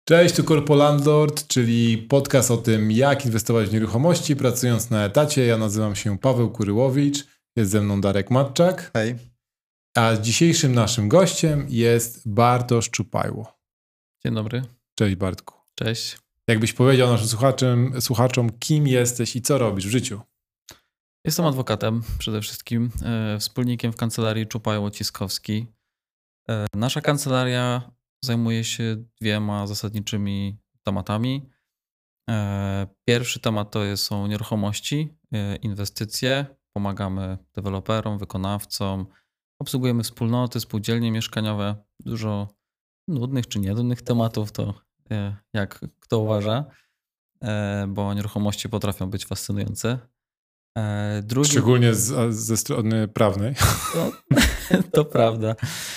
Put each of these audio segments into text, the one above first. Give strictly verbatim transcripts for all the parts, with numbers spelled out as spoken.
Cześć, tu Corpo Landlord, czyli podcast o tym, jak inwestować w nieruchomości, pracując na etacie. Ja nazywam się Paweł Kuryłowicz, jest ze mną Darek Matczak. Hej. A dzisiejszym naszym gościem jest Bartosz Czupajło. Dzień dobry. Cześć Bartku. Cześć. Jakbyś powiedział naszym słuchaczom, słuchaczom, kim jesteś i co robisz w życiu? Jestem adwokatem przede wszystkim, e, wspólnikiem w kancelarii Czupajło-Ciskowski. E, nasza kancelaria zajmuje się dwiema zasadniczymi tematami. E, pierwszy temat to są nieruchomości, e, inwestycje. Pomagamy deweloperom, wykonawcom, obsługujemy wspólnoty, spółdzielnie mieszkaniowe. Dużo nudnych czy nienudnych tematów, to e, jak kto uważa, e, bo nieruchomości potrafią być fascynujące. Drugi... Szczególnie z, ze strony prawnej. No, to prawda.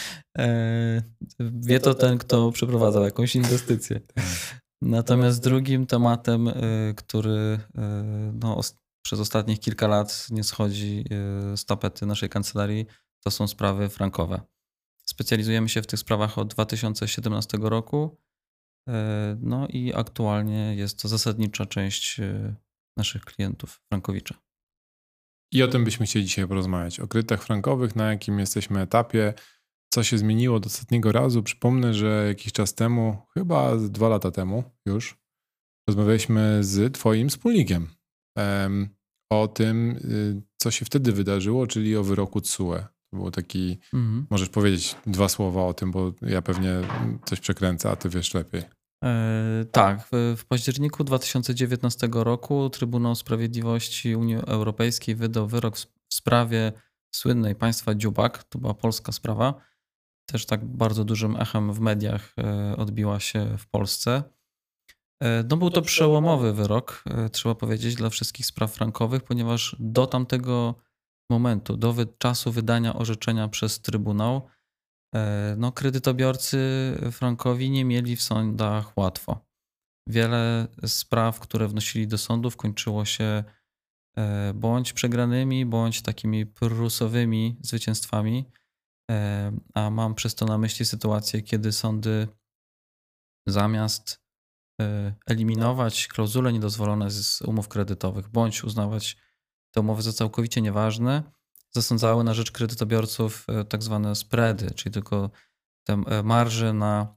Wie to ten, kto przeprowadzał jakąś inwestycję. Natomiast drugim tematem, który no, przez ostatnich kilka lat nie schodzi z tapety naszej kancelarii, to są sprawy frankowe. Specjalizujemy się w tych sprawach od dwa tysiące siedemnastego roku. No i aktualnie jest to zasadnicza część naszych klientów frankowicze. I o tym byśmy chcieli dzisiaj porozmawiać. O kredytach frankowych, na jakim jesteśmy etapie, co się zmieniło od ostatniego razu. Przypomnę, że jakiś czas temu, chyba dwa lata temu już, rozmawialiśmy z twoim wspólnikiem um, o tym, co się wtedy wydarzyło, czyli o wyroku T S U E. To był taki, mhm. możesz powiedzieć dwa słowa o tym, bo ja pewnie coś przekręcę, a ty wiesz lepiej. Yy, tak, w, w październiku dwa tysiące dziewiętnastego roku Trybunał Sprawiedliwości Unii Europejskiej wydał wyrok w, w sprawie słynnej państwa Dziubak. To była polska sprawa. Też tak bardzo dużym echem w mediach yy, odbiła się w Polsce. Yy, no był to przełomowy wyrok, yy, trzeba powiedzieć, dla wszystkich spraw frankowych, ponieważ do tamtego momentu, do wy, czasu wydania orzeczenia przez Trybunał, no, kredytobiorcy frankowi nie mieli w sądach łatwo. Wiele spraw, które wnosili do sądów, kończyło się bądź przegranymi, bądź takimi prusowymi zwycięstwami. A mam przez to na myśli sytuację, kiedy sądy zamiast eliminować klauzule niedozwolone z umów kredytowych, bądź uznawać te umowy za całkowicie nieważne, zasądzały na rzecz kredytobiorców tak zwane spready, czyli tylko te marże na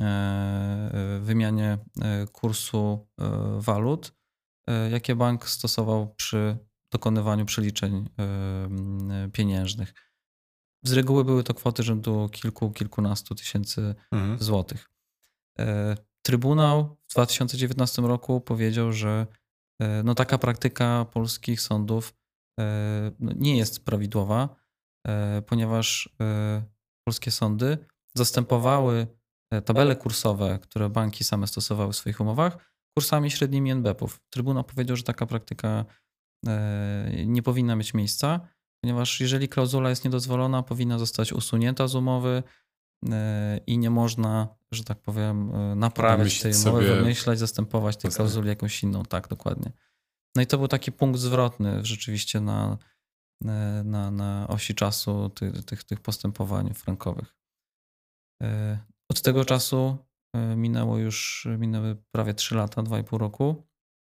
wymianie kursu walut, jakie bank stosował przy dokonywaniu przeliczeń pieniężnych. Z reguły były to kwoty rzędu kilku, kilkunastu tysięcy mhm. złotych. Trybunał w dwa tysiące dziewiętnastym roku powiedział, że no taka praktyka polskich sądów nie jest prawidłowa, ponieważ polskie sądy zastępowały tabele kursowe, które banki same stosowały w swoich umowach, kursami średnimi N B P-ów. Trybunał powiedział, że taka praktyka nie powinna mieć miejsca, ponieważ jeżeli klauzula jest niedozwolona, powinna zostać usunięta z umowy i nie można, że tak powiem, naprawiać tej umowy, sobie... wymyślać, zastępować tej klauzuli jakąś inną. Tak, dokładnie. No i to był taki punkt zwrotny rzeczywiście na, na, na osi czasu tych, tych, tych postępowań frankowych. Od tego czasu minęło już minęły prawie trzy lata, dwa i pół roku.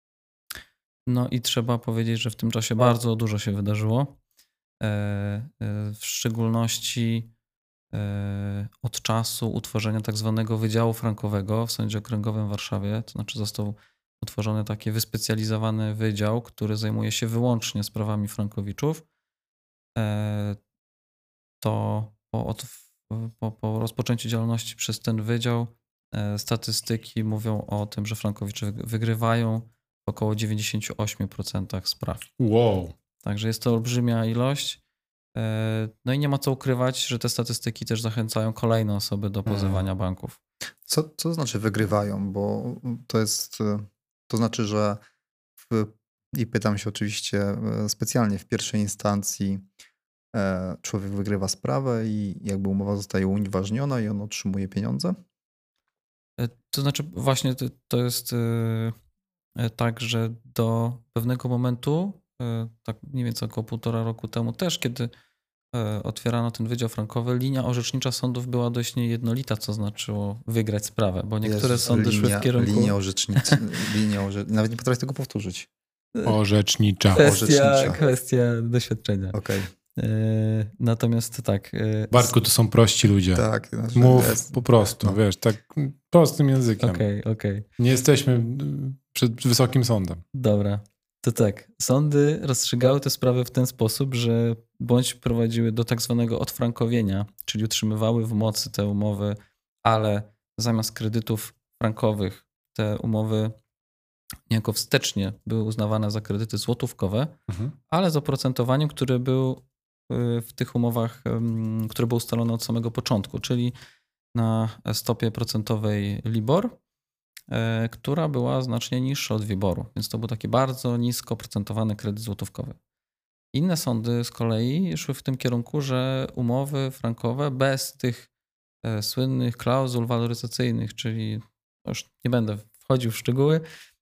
No i trzeba powiedzieć, że w tym czasie bardzo dużo się wydarzyło. W szczególności od czasu utworzenia tak zwanego Wydziału Frankowego w Sądzie Okręgowym w Warszawie, to znaczy został utworzony taki wyspecjalizowany wydział, który zajmuje się wyłącznie sprawami frankowiczów. To po, od, po, po rozpoczęciu działalności przez ten wydział statystyki mówią o tym, że frankowicze wygrywają w około dziewięćdziesiąt osiem procent spraw. Wow. Także jest to olbrzymia ilość. No i nie ma co ukrywać, że te statystyki też zachęcają kolejne osoby do pozywania hmm. banków. Co, co znaczy wygrywają? Bo to jest... To znaczy, że w, i pytam się oczywiście specjalnie, w pierwszej instancji człowiek wygrywa sprawę i jakby umowa zostaje unieważniona i on otrzymuje pieniądze? To znaczy właśnie to, to jest tak, że do pewnego momentu, tak mniej więcej około półtora roku temu też, kiedy otwierano ten wydział frankowy, linia orzecznicza sądów była dość niejednolita, co znaczyło wygrać sprawę, bo niektóre Jezus, sądy linia, szły w kierunku... Linia orzecznicza, linia orze... nawet nie potrafię tego powtórzyć. Orzecznicza. Kwestia, Orzecznicza. kwestia doświadczenia. Okej. Natomiast tak... Bartku, to są prości ludzie. Tak. Znaczy Mów jest, po prostu, no. wiesz, tak prostym językiem. Okej, okay, okej. Okay. Nie jesteśmy przed wysokim sądem. Dobra. To tak, sądy rozstrzygały te sprawy w ten sposób, że bądź prowadziły do tak zwanego odfrankowienia, czyli utrzymywały w mocy te umowy, ale zamiast kredytów frankowych te umowy niejako wstecznie były uznawane za kredyty złotówkowe, mhm. ale z oprocentowaniem, które był w tych umowach, które było ustalone od samego początku, czyli na stopie procentowej LIBOR, która była znacznie niższa od WIBOR-u, więc to był taki bardzo nisko procentowany kredyt złotówkowy. Inne sądy z kolei szły w tym kierunku, że umowy frankowe bez tych słynnych klauzul waloryzacyjnych, czyli już nie będę wchodził w szczegóły,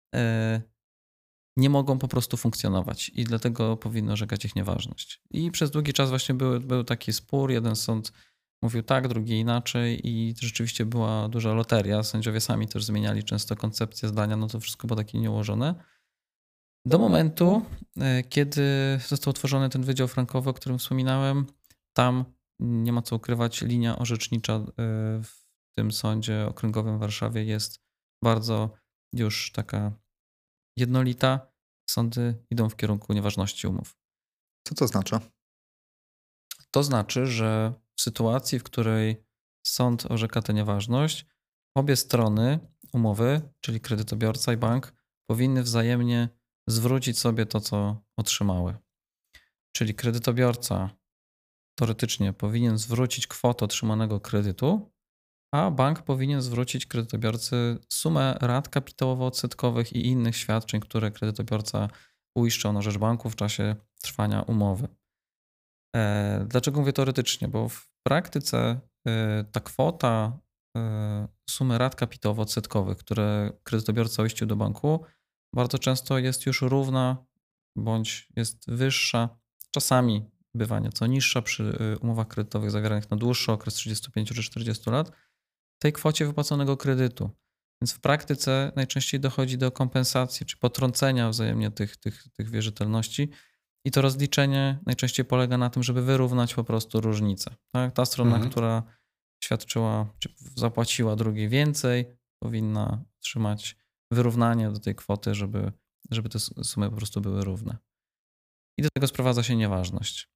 nie mogą po prostu funkcjonować i dlatego powinno orzekać ich nieważność. I przez długi czas właśnie był, był taki spór, jeden sąd mówił tak, drugi inaczej i rzeczywiście była duża loteria. Sędziowie sami też zmieniali często koncepcję zdania, no to wszystko było takie nieułożone. Do momentu, kiedy został utworzony ten wydział frankowy, o którym wspominałem, tam nie ma co ukrywać, linia orzecznicza w tym sądzie okręgowym w Warszawie jest bardzo już taka jednolita. Sądy idą w kierunku nieważności umów. Co to znaczy? To znaczy, że w sytuacji, w której sąd orzeka tę nieważność, obie strony umowy, czyli kredytobiorca i bank, powinny wzajemnie zwrócić sobie to, co otrzymały. Czyli kredytobiorca teoretycznie powinien zwrócić kwotę otrzymanego kredytu, a bank powinien zwrócić kredytobiorcy sumę rat kapitałowo-odsetkowych i innych świadczeń, które kredytobiorca uiszczał na rzecz banku w czasie trwania umowy. Dlaczego mówię teoretycznie? Bo w praktyce ta kwota sumy rat kapitałowo-odsetkowych, które kredytobiorca uiścił do banku, bardzo często jest już równa bądź jest wyższa. Czasami bywa nieco niższa przy umowach kredytowych zawieranych na dłuższy okres trzydziestu pięciu czy czterdziestu lat, tej kwocie wypłaconego kredytu. Więc w praktyce najczęściej dochodzi do kompensacji, czy potrącenia wzajemnie tych, tych, tych wierzytelności. I to rozliczenie najczęściej polega na tym, żeby wyrównać po prostu różnicę. Tak? Ta strona, mhm. która świadczyła, czy zapłaciła drugiej więcej, powinna otrzymać wyrównanie do tej kwoty, żeby, żeby te sumy po prostu były równe. I do tego sprowadza się nieważność.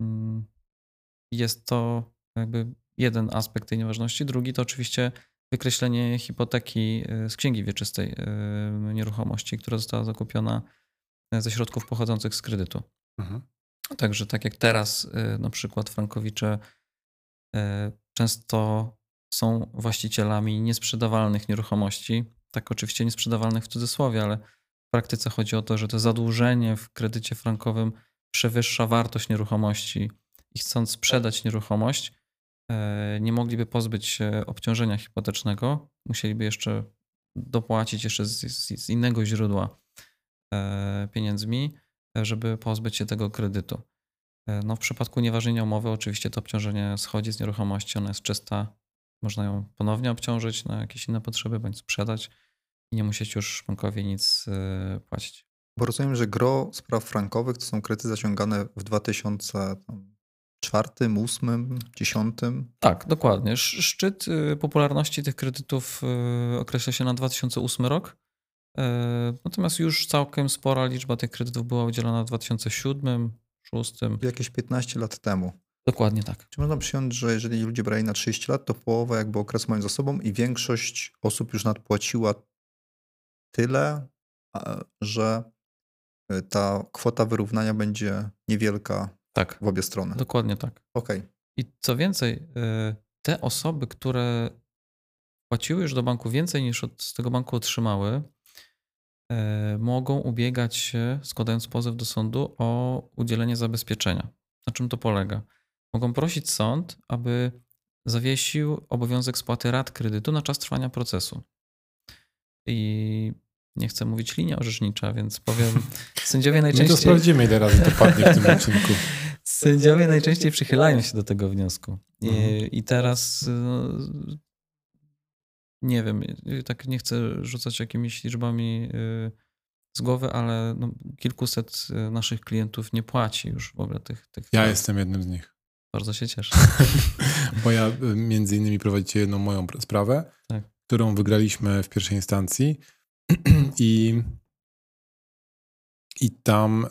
Jest to jakby jeden aspekt tej nieważności. Drugi to oczywiście wykreślenie hipoteki z księgi wieczystej nieruchomości, która została zakupiona ze środków pochodzących z kredytu. Mhm. Także tak jak teraz na przykład frankowicze często są właścicielami niesprzedawalnych nieruchomości, tak oczywiście niesprzedawalnych w cudzysłowie, ale w praktyce chodzi o to, że to zadłużenie w kredycie frankowym przewyższa wartość nieruchomości i chcąc sprzedać nieruchomość, nie mogliby pozbyć się obciążenia hipotecznego, musieliby jeszcze dopłacić jeszcze z, z innego źródła pieniędzmi, żeby pozbyć się tego kredytu. No w przypadku nieważenia umowy oczywiście to obciążenie schodzi z nieruchomości, ona jest czysta, można ją ponownie obciążyć na jakieś inne potrzeby bądź sprzedać i nie musieć już bankowi nic płacić. Bo rozumiem, że gros spraw frankowych to są kredyty zaciągane w dwa tysiące czwartym, ósmym, dziesiątym. Tak, dokładnie. Szczyt popularności tych kredytów określa się na dwa tysiące ósmy rok. Natomiast już całkiem spora liczba tych kredytów była udzielona w dwa tysiące siódmym, dwa tysiące szóstym. Jakieś piętnaście lat temu. Dokładnie tak. Czy można przyjąć, że jeżeli ludzie brali na trzydzieści lat, to połowę jakby okresu mają za sobą i większość osób już nadpłaciła tyle, że ta kwota wyrównania będzie niewielka tak, w obie strony? Dokładnie tak. Okej. Okay. I co więcej, te osoby, które płaciły już do banku więcej niż od, z tego banku otrzymały, mogą ubiegać się, składając pozew do sądu, o udzielenie zabezpieczenia. Na czym to polega? Mogą prosić sąd, aby zawiesił obowiązek spłaty rat kredytu na czas trwania procesu. I nie chcę mówić linia orzecznicza, więc powiem, sędziowie najczęściej... My to sprawdzimy, ile razy to padnie w tym odcinku. Sędziowie najczęściej przychylają się do tego wniosku. I, Mhm. i teraz no, nie wiem, tak nie chcę rzucać jakimiś liczbami y, z głowy, ale no, kilkuset y, naszych klientów nie płaci już w ogóle tych. tych Ja rat. jestem jednym z nich. Bardzo się cieszę. Bo ja y, między innymi prowadzicie jedną moją pr- sprawę, Tak. którą wygraliśmy w pierwszej instancji i, i tam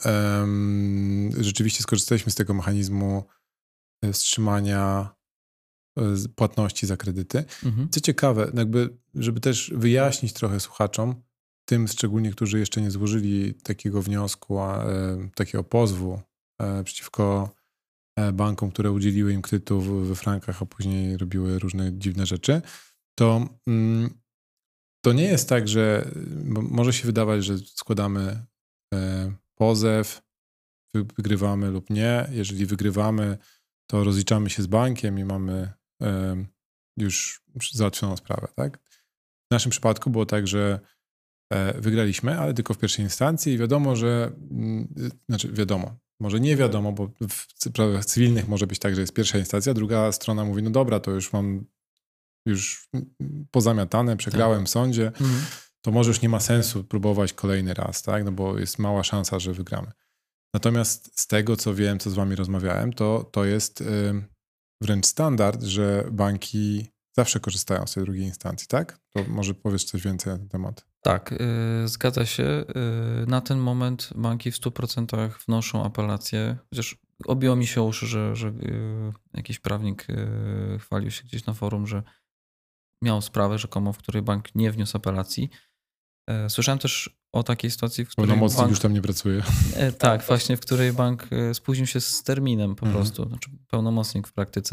em, rzeczywiście skorzystaliśmy z tego mechanizmu e, wstrzymania e, z- płatności za kredyty. Mhm. Co ciekawe, jakby, żeby też wyjaśnić trochę słuchaczom, tym szczególnie, którzy jeszcze nie złożyli takiego wniosku, a, e, takiego pozwu e, przeciwko e, bankom, które udzieliły im kredytów we frankach, a później robiły różne dziwne rzeczy, to mm, to nie jest tak, że bo może się wydawać, że składamy e, pozew, wy- wygrywamy lub nie. Jeżeli wygrywamy, to rozliczamy się z bankiem i mamy e, już załatwioną sprawę, tak? W naszym przypadku było tak, że e, wygraliśmy, ale tylko w pierwszej instancji i wiadomo, że mm, y, znaczy wiadomo, może nie wiadomo, bo w sprawach cywilnych może być tak, że jest pierwsza instancja, druga strona mówi, no dobra, to już mam już pozamiatane, przegrałem w sądzie, Mhm. to może już nie ma sensu próbować kolejny raz, tak? No bo jest mała szansa, że wygramy. Natomiast z tego, co wiem, co z wami rozmawiałem, to, to jest y, wręcz standard, że banki zawsze korzystają z tej drugiej instancji, tak? To może powiesz coś więcej na ten temat. Tak, y, zgadza się. Y, na ten moment banki w stu procentach wnoszą apelację, chociaż obiło mi się uszy, że, że y, jakiś prawnik y, chwalił się gdzieś na forum, że miał sprawę rzekomo, w której bank nie wniósł apelacji. Y, Słyszałem też o takiej sytuacji, w której Pełnomocnik bank, już tam nie pracuje. e, tak, właśnie, w której bank e, spóźnił się z terminem po Mhm. prostu. Znaczy pełnomocnik w praktyce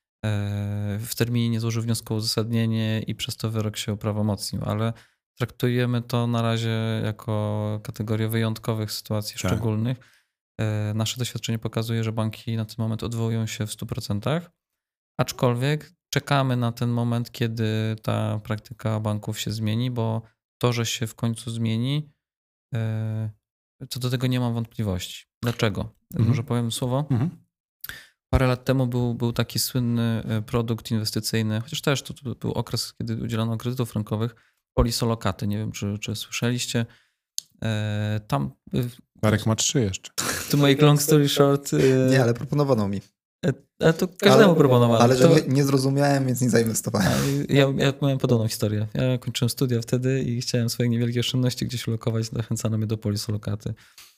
e, w terminie nie złożył wniosku o uzasadnienie i przez to wyrok się uprawomocnił, ale traktujemy to na razie jako kategorię wyjątkowych sytuacji Tak. szczególnych. E, Nasze doświadczenie pokazuje, że banki na ten moment odwołują się w stu procentach, aczkolwiek czekamy na ten moment, kiedy ta praktyka banków się zmieni, bo to, że się w końcu zmieni, e, co do tego nie mam wątpliwości. Dlaczego? Mhm. Może powiem słowo. Mhm. Parę lat temu był, był taki słynny e, produkt inwestycyjny, chociaż też to, to był okres, kiedy udzielano kredytów frankowych, polisolokaty. Nie wiem, czy, czy słyszeliście. E, Tam, e, Marek ma trzy jeszcze. to make long story short, e, Nie, ale proponowano mi. e, ale to każdemu Ale- proponowano. Ale że To- nie, nie zrozumiałem, więc nie zainwestowałem. Ja, ja miałem podobną historię. Ja kończyłem studia wtedy i chciałem swoje niewielkie oszczędności gdzieś ulokować. Zachęcano mnie do polisolokaty.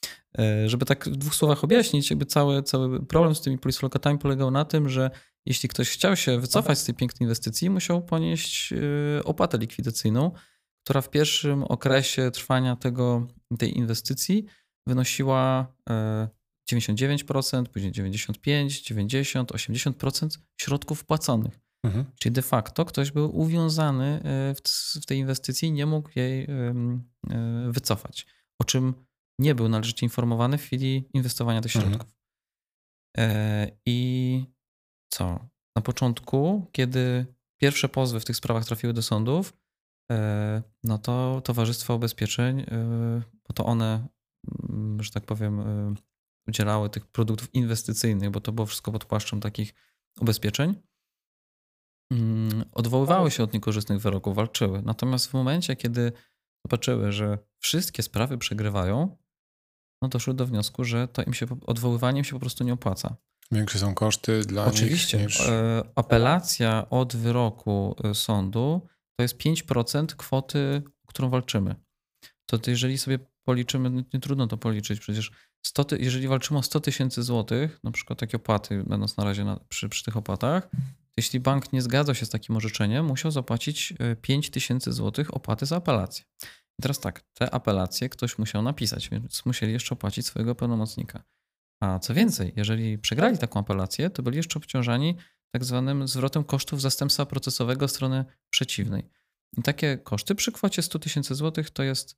E, Żeby tak w dwóch słowach objaśnić, jakby cały, cały problem z tymi polisolokatami polegał na tym, że jeśli ktoś chciał się wycofać z tej pięknej inwestycji, musiał ponieść e, opłatę likwidacyjną, która w pierwszym okresie trwania tego, tej inwestycji wynosiła e, dziewięćdziesiąt dziewięć procent, później dziewięćdziesiąt pięć procent, dziewięćdziesiąt procent, osiemdziesiąt procent środków wpłaconych. Mhm. Czyli de facto ktoś był uwiązany e, w, w tej inwestycji i nie mógł jej em, e, wycofać, o czym nie był należycie informowany w chwili inwestowania tych Mhm. środków. E, I co? Na początku, kiedy pierwsze pozwy w tych sprawach trafiły do sądów, e, no to towarzystwa ubezpieczeń, e, bo to one, mm, że tak powiem, e, udzielały tych produktów inwestycyjnych, bo to było wszystko pod płaszczem takich ubezpieczeń, mm, odwoływały się od niekorzystnych wyroków, walczyły. Natomiast w momencie, kiedy zobaczyły, że wszystkie sprawy przegrywają, no doszły do wniosku, że to im się, odwoływaniem się po prostu nie opłaca. Większe są koszty dla Oczywiście. nich niż... e, Apelacja od wyroku e, sądu to jest pięć procent kwoty, o którą walczymy. To, to jeżeli sobie policzymy, nie, nie trudno to policzyć, przecież sto, ty- jeżeli walczymy o sto tysięcy złotych, na przykład takie opłaty, będąc na razie na, przy, przy tych opłatach, jeśli bank nie zgadza się z takim orzeczeniem, musiał zapłacić e, pięć tysięcy złotych opłaty za apelację. I teraz tak, te apelacje ktoś musiał napisać, więc musieli jeszcze opłacić swojego pełnomocnika. A co więcej, jeżeli przegrali taką apelację, to byli jeszcze obciążani tak zwanym zwrotem kosztów zastępstwa procesowego strony przeciwnej. I takie koszty przy kwocie sto tysięcy złotych to jest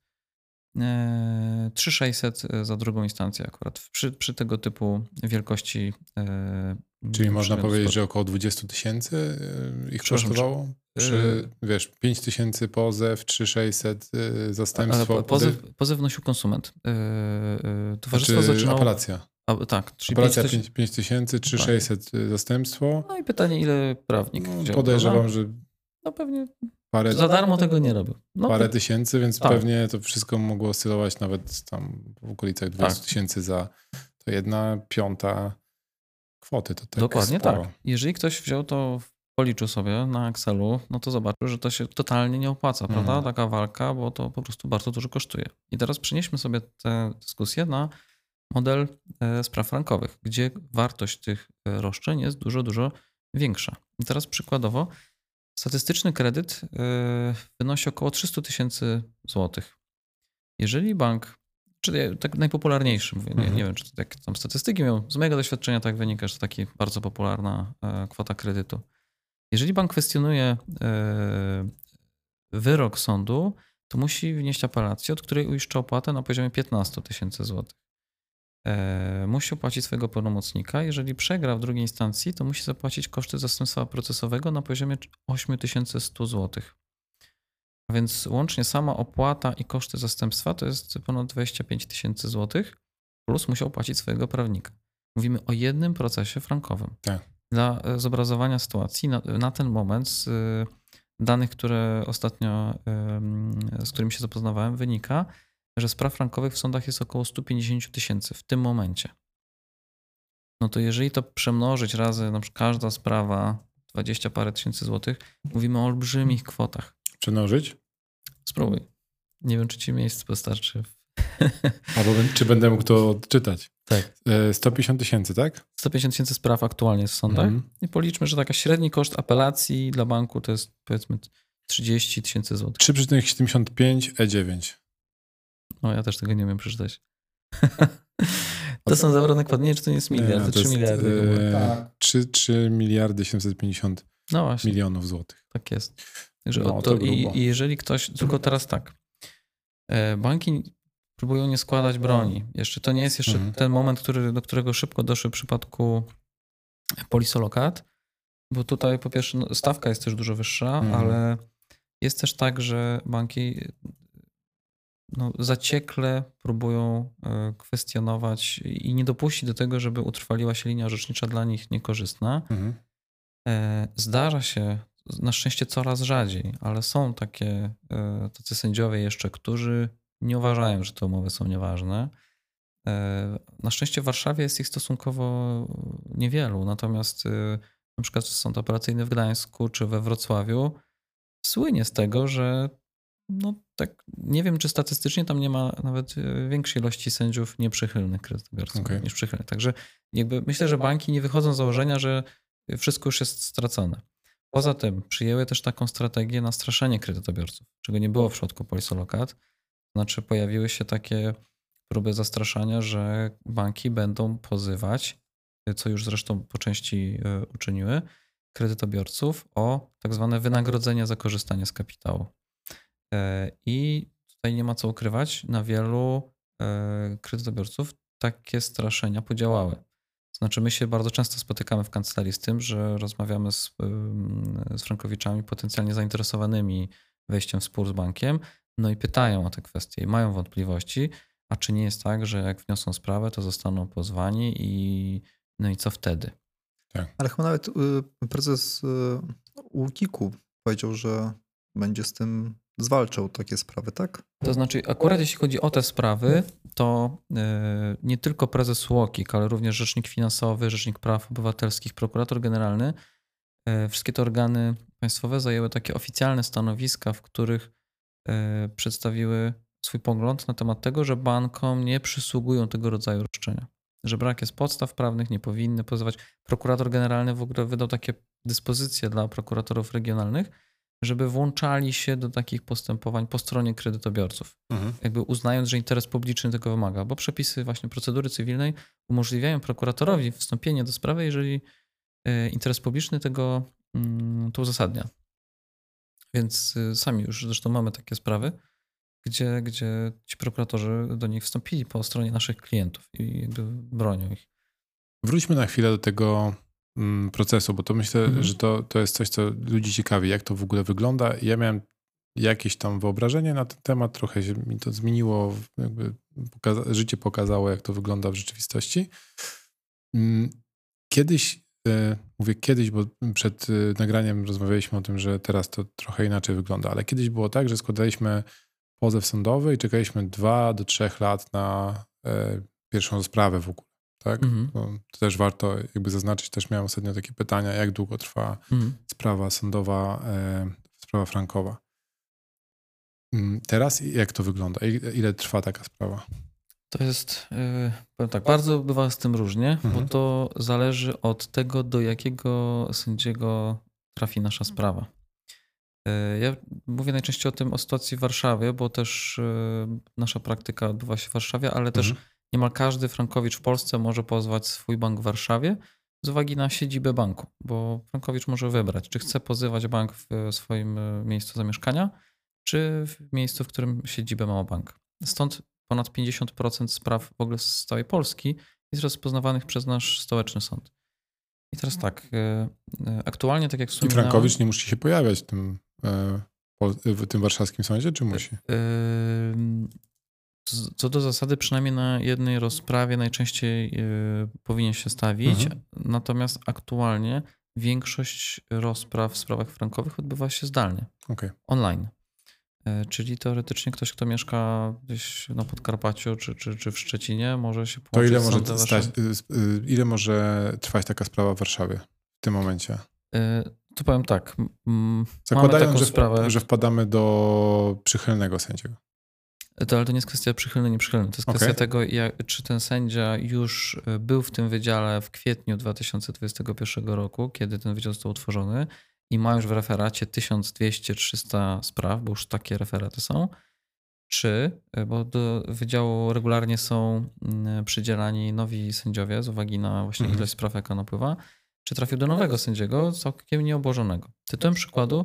e, trzy tysiące sześćset za drugą instancję akurat przy, przy tego typu wielkości. E, Czyli można przychodów. powiedzieć, że około dwadzieścia tysięcy y, ich Przepraszam, kosztowało? Przy, wiesz, pięć tysięcy pozew, trzy tysiące sześćset y, Ale zastępstwo. po- pozew, pozew wnosił konsument. E, e, Towarzystwo Znaczy zaczynało... apelacja. A, tak, czyli Operacja pięć pięć tysięcy czy Tak. sześćset zastępstwo. No i pytanie, ile prawnik No, wziął, podejrzewam, prawda? że No pewnie parę, za darmo tego nie robił. No parę to, tysięcy, więc tak. pewnie to wszystko mogło oscylować nawet tam w okolicach dwieście Tak. tysięcy za to jedna piąta kwoty. To tak Dokładnie sporo. tak. Jeżeli ktoś wziął to, policzył sobie na Excelu, no to zobaczył, że to się totalnie nie opłaca, Mhm. prawda? Taka walka, bo to po prostu bardzo dużo kosztuje. I teraz przenieśmy sobie tę dyskusję na model e, spraw frankowych, gdzie wartość tych e, roszczeń jest dużo, dużo większa. I teraz przykładowo statystyczny kredyt e, wynosi około trzysta tysięcy złotych. Jeżeli bank, czyli tak najpopularniejszy, mówię, nie, Mhm. nie wiem, czy to takie tam statystyki miał, z mojego doświadczenia tak wynika, że to taka bardzo popularna e, kwota kredytu. Jeżeli bank kwestionuje e, wyrok sądu, to musi wnieść apelację, od której uiszcza opłatę na poziomie piętnaście tysięcy złotych. E, musi opłacić swojego pełnomocnika. Jeżeli przegra w drugiej instancji, to musi zapłacić koszty zastępstwa procesowego na poziomie osiem tysięcy sto złotych. A więc łącznie sama opłata i koszty zastępstwa to jest ponad dwadzieścia pięć tysięcy złotych, plus musiał płacić swojego prawnika. Mówimy o jednym procesie frankowym. Tak. Dla e, zobrazowania sytuacji na, na ten moment z y, danych, które ostatnio, y, z którymi się zapoznawałem, wynika, że spraw frankowych w sądach jest około sto pięćdziesiąt tysięcy w tym momencie. No to jeżeli to przemnożyć razy na przykład każda sprawa dwadzieścia parę tysięcy złotych, mówimy o olbrzymich kwotach. Przenożyć? Spróbuj. Nie wiem, czy ci miejsc wystarczy. Albo czy będę mógł to odczytać. Tak. E, sto pięćdziesiąt tysięcy, tak? sto pięćdziesiąt tysięcy spraw aktualnie jest w sądach. Mhm. I policzmy, że taka średni koszt apelacji dla banku to jest powiedzmy trzydzieści tysięcy złotych. trzy przecinek siedemdziesiąt pięć E dziewięć. No ja też tego nie umiem przeczytać. To są zawrotne kwoty. Nie wiem, czy to nie jest miliard, to trzy miliardy. E, Tak. trzy miliardy siedemset pięćdziesiąt No właśnie, milionów złotych. tak jest. Także No, o to to, i, grubo. I jeżeli ktoś, tylko teraz tak, e, banki próbują nie składać broni. Jeszcze to nie jest jeszcze Mhm. ten moment, który, do którego szybko doszły w przypadku polisolokat, bo tutaj po pierwsze no, stawka jest też dużo wyższa, Mhm. ale jest też tak, że banki no, zaciekle próbują e, kwestionować i nie dopuścić do tego, żeby utrwaliła się linia orzecznicza dla nich niekorzystna. Mhm. E, Zdarza się, na szczęście coraz rzadziej, ale są takie e, tacy sędziowie jeszcze, którzy nie uważają, że te umowy są nieważne. E, Na szczęście w Warszawie jest ich stosunkowo niewielu, natomiast e, na przykład sąd operacyjny w Gdańsku czy we Wrocławiu słynie z tego, że no tak nie wiem, czy statystycznie tam nie ma nawet e, większej ilości sędziów nieprzychylnych kredytobiorcom Okej. niż przychylnych. Także jakby myślę, że banki nie wychodzą z założenia, że wszystko już jest stracone. Poza tym przyjęły też taką strategię na straszenie kredytobiorców, czego nie było w przypadku polisolokat. Znaczy pojawiły się takie próby zastraszania, że banki będą pozywać, co już zresztą po części e, uczyniły, kredytobiorców o tak zwane wynagrodzenie za korzystanie z kapitału. E, I tutaj nie ma co ukrywać, na wielu e, kredytobiorców takie straszenia podziałały. Znaczy my się bardzo często spotykamy w kancelarii z tym, że rozmawiamy z, ym, z frankowiczami potencjalnie zainteresowanymi wejściem w spór z bankiem, no i pytają o te kwestie i mają wątpliwości, a czy nie jest tak, że jak wniosą sprawę, to zostaną pozwani i no i co wtedy? Ale chyba nawet y, prezes y, UOKiK-u powiedział, że będzie z tym zwalczał takie sprawy, tak? To znaczy, akurat jeśli chodzi o te sprawy, to yy, nie tylko prezes UOKiK, ale również rzecznik finansowy, rzecznik praw obywatelskich, prokurator generalny, yy, wszystkie te organy państwowe zajęły takie oficjalne stanowiska, w których yy, przedstawiły swój pogląd na temat tego, że bankom nie przysługują tego rodzaju roszczenia. Że brak jest podstaw prawnych, nie powinny pozywać. Prokurator generalny w ogóle wydał takie dyspozycje dla prokuratorów regionalnych, żeby włączali się do takich postępowań po stronie kredytobiorców. Mhm. Jakby uznając, że interes publiczny tego wymaga, bo przepisy właśnie procedury cywilnej umożliwiają prokuratorowi wstąpienie do sprawy, jeżeli interes publiczny tego mm, to uzasadnia. Więc sami już zresztą mamy takie sprawy, gdzie, gdzie ci prokuratorzy do nich wstąpili po stronie naszych klientów i jakby bronią ich. Wróćmy na chwilę do tego mm, procesu, bo to myślę, Mhm. że to, to jest coś, co ludzi ciekawi, jak to w ogóle wygląda. Ja miałem jakieś tam wyobrażenie na ten temat, trochę się mi to zmieniło, jakby pokaza- życie pokazało, jak to wygląda w rzeczywistości. Kiedyś, mówię kiedyś, bo przed nagraniem rozmawialiśmy o tym, że teraz to trochę inaczej wygląda, ale kiedyś było tak, że składaliśmy pozew sądowy i czekaliśmy dwa do trzech lat na pierwszą rozprawę w ogóle. Tak? Mhm. To też warto jakby zaznaczyć, też miałem ostatnio takie pytania, jak długo trwa Mhm. sprawa sądowa, sprawa frankowa. Teraz jak to wygląda? Ile trwa taka sprawa? To jest, yy, powiem tak, bardzo bywa z tym różnie, Mhm. bo to zależy od tego, do jakiego sędziego trafi nasza sprawa. Yy, ja mówię najczęściej o tym, o sytuacji w Warszawie, bo też yy, nasza praktyka odbywa się w Warszawie, ale też Mhm. niemal każdy frankowicz w Polsce może pozwać swój bank w Warszawie z uwagi na siedzibę banku, bo frankowicz może wybrać, czy chce pozywać bank w swoim miejscu zamieszkania, czy w miejscu, w którym siedzibę ma bank. Stąd ponad pięćdziesiąt procent spraw w ogóle z całej Polski jest rozpoznawanych przez nasz stołeczny sąd. I teraz tak, aktualnie, tak jak I wspominałem... frankowicz nie musi się pojawiać w tym, w tym warszawskim sądzie, czy musi? Co do zasady, przynajmniej na jednej rozprawie najczęściej powinien się stawić, mhm. Natomiast aktualnie większość rozpraw w sprawach frankowych odbywa się zdalnie, okay. online. Czyli teoretycznie ktoś, kto mieszka gdzieś na Podkarpaciu czy, czy, czy w Szczecinie, może się połączyć. To ile może, stać, ile może trwać taka sprawa w Warszawie w tym momencie? Tu powiem tak. Zakładając, że, sprawę... że wpadamy do przychylnego sędziego. To, ale to nie jest kwestia przychylny, nieprzychylny. To jest okay. kwestia tego, jak, czy ten sędzia już był w tym wydziale w kwietniu dwa tysiące dwudziestego pierwszego roku, kiedy ten wydział został utworzony i ma już w referacie tysiąc dwieście trzysta spraw, bo już takie referaty są, czy, bo do wydziału regularnie są przydzielani nowi sędziowie z uwagi na właśnie mm-hmm. ilość spraw, jaka napływa, czy trafił do nowego sędziego całkiem nieobłożonego. Tytułem przykładu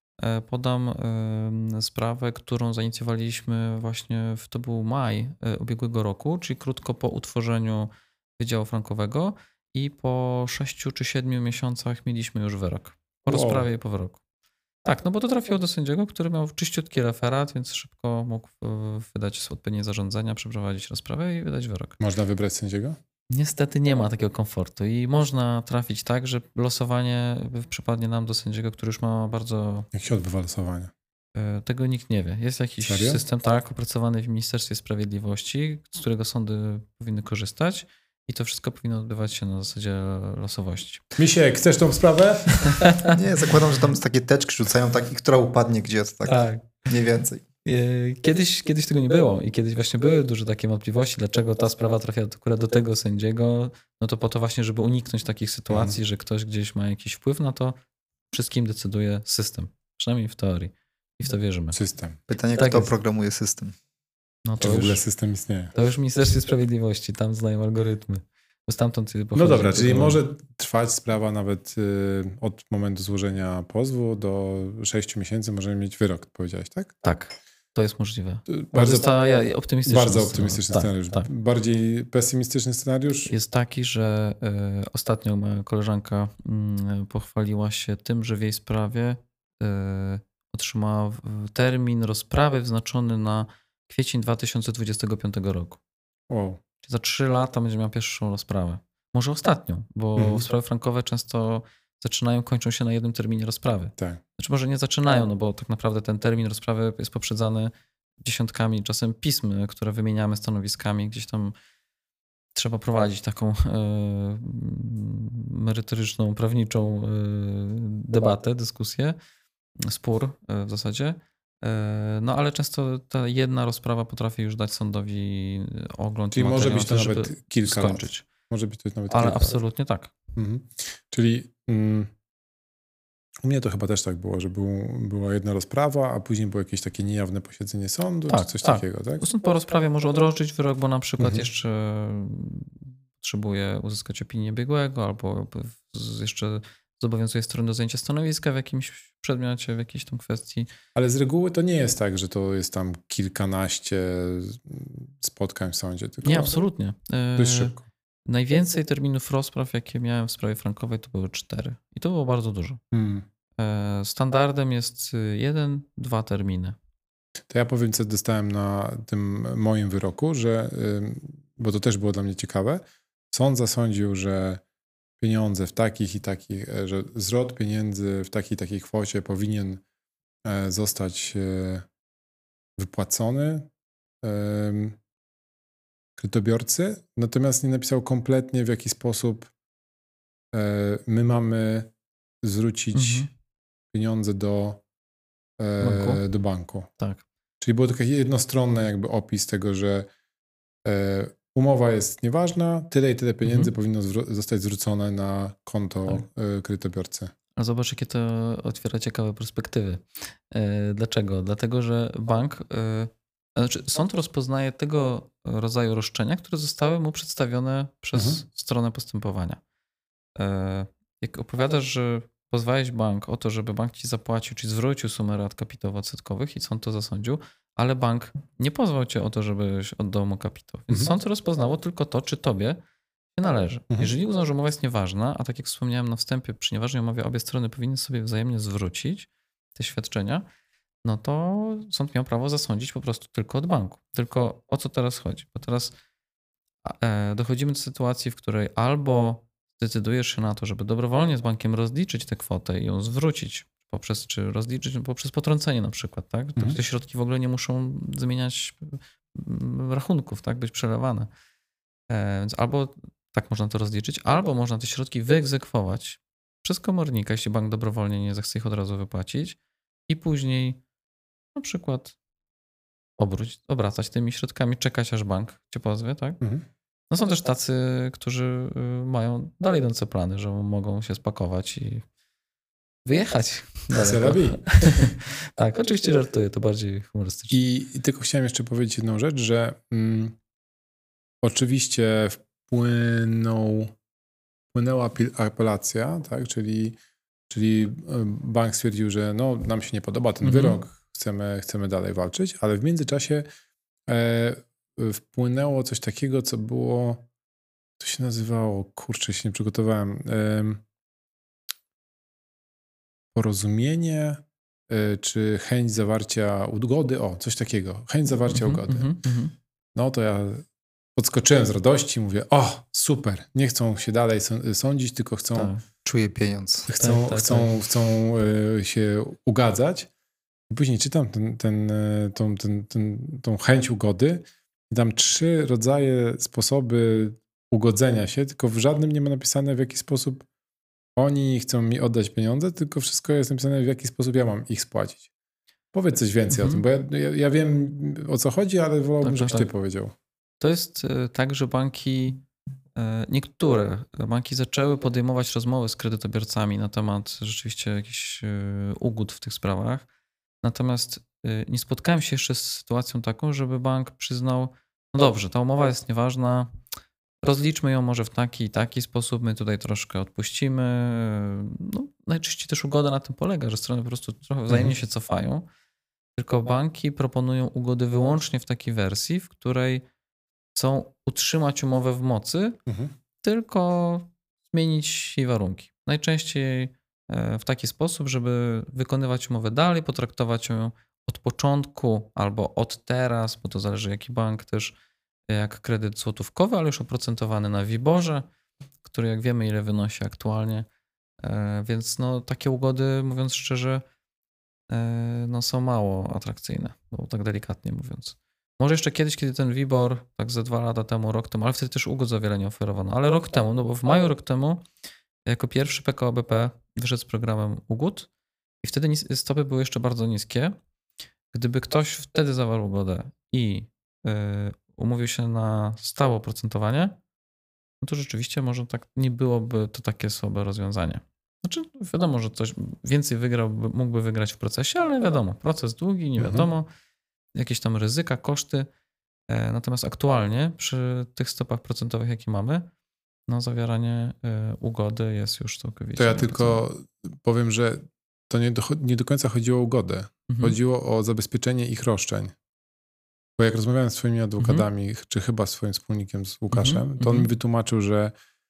podam sprawę, którą zainicjowaliśmy właśnie, w, to był maj ubiegłego roku, czyli krótko po utworzeniu Wydziału Frankowego i po sześciu czy siedmiu miesiącach mieliśmy już wyrok. Po wow. rozprawie i po wyroku. Tak, no bo to trafiło do sędziego, który miał czyściutki referat, więc szybko mógł wydać odpowiednie zarządzenia, przeprowadzić rozprawę i wydać wyrok. Można wybrać sędziego? Niestety nie ma takiego komfortu i można trafić tak, że losowanie przypadnie nam do sędziego, który już ma bardzo... Jak się odbywa losowanie? Tego nikt nie wie. Jest jakiś Serio? system tak opracowany w Ministerstwie Sprawiedliwości, z którego sądy powinny korzystać i to wszystko powinno odbywać się na zasadzie losowości. Misiek, chcesz tą sprawę? Nie, zakładam, że tam takie teczki rzucają, tak, i która upadnie gdzie, to tak, tak mniej więcej. Kiedyś, kiedyś tego nie było i kiedyś właśnie były duże takie wątpliwości, dlaczego ta sprawa trafia akurat do tego sędziego, no to po to właśnie, żeby uniknąć takich sytuacji, hmm. że ktoś gdzieś ma jakiś wpływ na to, wszystkim decyduje system, przynajmniej w teorii i w to wierzymy. System. Pytanie, tak kto jest. programuje system? No to Czy w ogóle już, system istnieje? To już w Ministerstwie Sprawiedliwości, tam znają algorytmy. Bo stamtąd no dobra, czyli tego... może trwać sprawa nawet y, od momentu złożenia pozwu do sześciu miesięcy możemy mieć wyrok, powiedziałeś, tak? Tak, to jest możliwe. Bardzo, jest ta optymistyczny bardzo optymistyczny tak, scenariusz. Tak. Bardziej pesymistyczny scenariusz? Jest taki, że y, ostatnio moja koleżanka y, pochwaliła się tym, że w jej sprawie y, otrzymała termin rozprawy wyznaczony na kwiecień dwa tysiące dwudziestego piątego roku. Wow. Za trzy lata będzie miała pierwszą rozprawę. Może ostatnią, bo mhm. sprawy frankowe często zaczynają, kończą się na jednym terminie rozprawy. Tak. Znaczy może nie zaczynają, no bo tak naprawdę ten termin rozprawy jest poprzedzany dziesiątkami czasem pism, które wymieniamy stanowiskami. Gdzieś tam trzeba prowadzić taką e, merytoryczną, prawniczą e, debatę, dyskusję, spór e, w zasadzie. No ale często ta jedna rozprawa potrafi już dać sądowi ogląd. Czyli może być to nawet kilka skończyć. lat. Może być to nawet ale kilka absolutnie lat. tak. Mhm. Czyli mm, u mnie to chyba też tak było, że był, była jedna rozprawa, a później było jakieś takie niejawne posiedzenie sądu, tak, czy coś tak. takiego, tak? Sąd po rozprawie może odroczyć wyrok, bo na przykład mhm. jeszcze potrzebuje uzyskać opinię biegłego albo jeszcze zobowiązuje stronę do zajęcia stanowiska w jakimś przedmiocie, w jakiejś tam kwestii. Ale z reguły to nie jest tak, że to jest tam kilkanaście spotkań w sądzie. Tylko nie, absolutnie. Dość szybko. Najwięcej terminów rozpraw, jakie miałem w sprawie frankowej, to były cztery. I to było bardzo dużo. Hmm. Standardem jest jeden, dwa terminy. To ja powiem, co dostałem na tym moim wyroku, że, bo to też było dla mnie ciekawe, sąd zasądził, że pieniądze w takich i takich, że zwrot pieniędzy w takiej i takiej kwocie powinien zostać wypłacony kredytobiorcy, natomiast nie napisał kompletnie, w jaki sposób my mamy zwrócić mhm. pieniądze do banku. do banku. Tak. Czyli było taki jednostronny jakby opis tego, że umowa jest nieważna, tyle i tyle pieniędzy mhm. powinno zwró- zostać zwrócone na konto tak. kredytobiorcy. A zobacz, jakie to otwiera ciekawe perspektywy. Dlaczego? Dlatego, że bank, znaczy sąd rozpoznaje tego rodzaju roszczenia, które zostały mu przedstawione przez mhm. stronę postępowania. Jak opowiadasz, że pozwałeś bank o to, żeby bank ci zapłacił, czyli zwrócił sumę rat kapitałowo-odsetkowych i sąd to zasądził, ale bank nie pozwał cię o to, żebyś oddał mu kapitał. Więc mhm. sąd rozpoznało tylko to, czy tobie się należy. Mhm. Jeżeli uznał, że umowa jest nieważna, a tak jak wspomniałem na wstępie, przy nieważnej umowie obie strony powinny sobie wzajemnie zwrócić te świadczenia, no to sąd miał prawo zasądzić po prostu tylko od banku. Tylko o co teraz chodzi? Bo teraz e, dochodzimy do sytuacji, w której albo zdecydujesz się na to, żeby dobrowolnie z bankiem rozliczyć tę kwotę i ją zwrócić poprzez, czy rozliczyć poprzez potrącenie na przykład, tak? Mhm. Te środki w ogóle nie muszą zmieniać rachunków, tak? Być przelewane. E, więc albo tak można to rozliczyć, albo można te środki wyegzekwować przez komornika, jeśli bank dobrowolnie nie zechce ich od razu wypłacić i później na przykład obróć, obracać tymi środkami, czekać aż bank cię pozwie, tak? Mhm. No są też tacy, którzy mają dalej idące plany, że mogą się spakować i wyjechać. Co robi? Tak, oczywiście żartuję, to bardziej humorystycznie. I, I tylko chciałem jeszcze powiedzieć jedną rzecz, że mm, oczywiście wpłynął, wpłynęła apelacja, tak? czyli, czyli bank stwierdził, że no, nam się nie podoba ten mhm. wyrok, chcemy, chcemy dalej walczyć, ale w międzyczasie e, wpłynęło coś takiego, co było, to się nazywało, kurczę, się nie przygotowałem, e, porozumienie y, czy chęć zawarcia ugody, o, coś takiego, chęć zawarcia mm-hmm, ugody. Mm-hmm. No to ja podskoczyłem z radości, mówię, o, super, nie chcą się dalej sądzić, tylko chcą... Tak. Czuję pieniądz. Chcą, tak, tak, chcą, tak. chcą y, się ugadzać. I później czytam ten, ten, tą, ten, ten, tą chęć ugody i tam trzy rodzaje, sposoby ugodzenia się, tylko w żadnym nie ma napisane, w jaki sposób oni chcą mi oddać pieniądze, tylko wszystko jest napisane, w jaki sposób ja mam ich spłacić. Powiedz coś więcej mhm. o tym, bo ja, ja, ja wiem, o co chodzi, ale wolałbym, tak, żebyś tak, ty tak. powiedział. To jest tak, że banki, niektóre banki zaczęły podejmować rozmowy z kredytobiorcami na temat rzeczywiście jakichś ugód w tych sprawach. Natomiast nie spotkałem się jeszcze z sytuacją taką, żeby bank przyznał, no dobrze, ta umowa jest nieważna, rozliczmy ją może w taki i taki sposób, my tutaj troszkę odpuścimy. No, najczęściej też ugoda na tym polega, że strony po prostu trochę wzajemnie się cofają. Tylko banki proponują ugody wyłącznie w takiej wersji, w której chcą utrzymać umowę w mocy, mhm. tylko zmienić jej warunki. Najczęściej w taki sposób, żeby wykonywać umowę dalej, potraktować ją od początku albo od teraz, bo to zależy jaki bank też, jak kredyt złotówkowy, ale już oprocentowany na WIBOR-ze, który jak wiemy ile wynosi aktualnie. Więc no, takie ugody, mówiąc szczerze, no, są mało atrakcyjne, no, tak delikatnie mówiąc. Może jeszcze kiedyś, kiedy ten WIBOR, tak ze dwa lata temu, rok temu, ale wtedy też ugód za wiele nie oferowano, ale rok temu, no bo w maju rok temu jako pierwszy P K O B P wyszedł z programem ugód i wtedy stopy były jeszcze bardzo niskie. Gdyby ktoś wtedy zawarł ugodę i yy, umówił się na stałe oprocentowanie, no to rzeczywiście może tak nie byłoby to takie słabe rozwiązanie. Znaczy wiadomo, że coś więcej wygrał, mógłby wygrać w procesie, ale wiadomo, proces długi, nie wiadomo, mhm. jakieś tam ryzyka, koszty. Natomiast aktualnie przy tych stopach procentowych, jakie mamy, no zawieranie ugody jest już całkowicie... To ja tylko powiem, że to nie do, nie do końca chodziło o ugodę. Mhm. Chodziło o zabezpieczenie ich roszczeń. Bo jak rozmawiałem z swoimi adwokatami, mhm. czy chyba swoim wspólnikiem z Łukaszem, mhm. to on mi wytłumaczył, że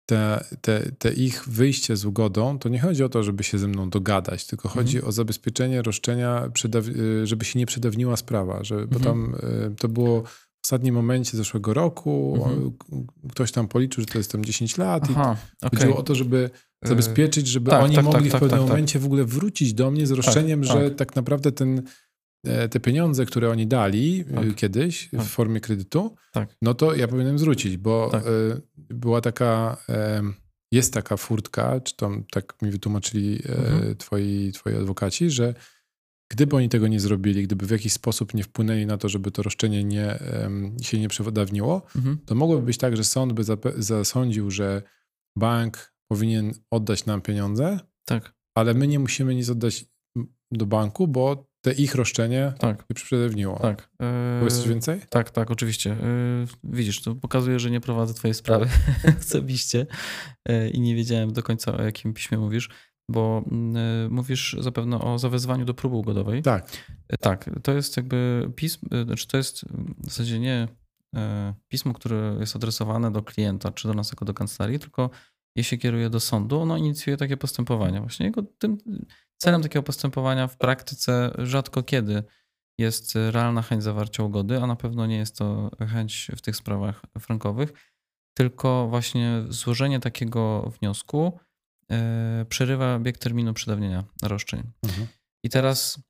te, te, te ich wyjście z ugodą, to nie chodzi o to, żeby się ze mną dogadać, tylko chodzi Mhm. o zabezpieczenie roszczenia, przedaw- y, żeby się nie przedawniła sprawa, że, bo Mhm. tam y, to było w ostatnim momencie zeszłego roku, Mhm. o, k- ktoś tam policzył, że to jest tam dziesięć lat Aha, i okej. chodziło o to, żeby Y, zabezpieczyć, żeby tak, oni tak, mogli tak, w tak, pewnym tak, tak. momencie w ogóle wrócić do mnie z roszczeniem, tak. że tak naprawdę ten, e, te pieniądze, które oni dali y, Tak. kiedyś Tak. w formie kredytu, Tak. no to ja powinienem zwrócić, bo Tak. y, była taka, em, jest taka furtka, czy tam tak mi wytłumaczyli e, Mhm. twoi, twoi adwokaci, że gdyby oni tego nie zrobili, gdyby w jakiś sposób nie wpłynęli na to, żeby to roszczenie nie, em, się nie przedawniło, Mhm. to mogłoby być tak, że sąd by zape- zasądził, że bank powinien oddać nam pieniądze, Tak, ale my nie musimy nic oddać do banku, bo te ich roszczenie tak, się przedawniło. tak. Powiedz coś Y, więcej? Tak, tak, oczywiście. Y, Widzisz, to pokazuje, że nie prowadzę twojej sprawy osobiście y, i nie wiedziałem do końca, o jakim piśmie mówisz, bo y, mówisz zapewne o zawezwaniu do próby ugodowej. Tak. Y, Tak, to jest jakby pismo, y, znaczy to jest w zasadzie nie y, pismo, które jest adresowane do klienta, czy do nas jako do kancelarii, tylko je się kieruje do sądu, ono inicjuje takie postępowania. Właśnie jego, tym celem takiego postępowania w praktyce rzadko kiedy jest realna chęć zawarcia ugody, a na pewno nie jest to chęć w tych sprawach frankowych, tylko właśnie złożenie takiego wniosku e, przerywa bieg terminu przedawnienia roszczeń. Mhm. I teraz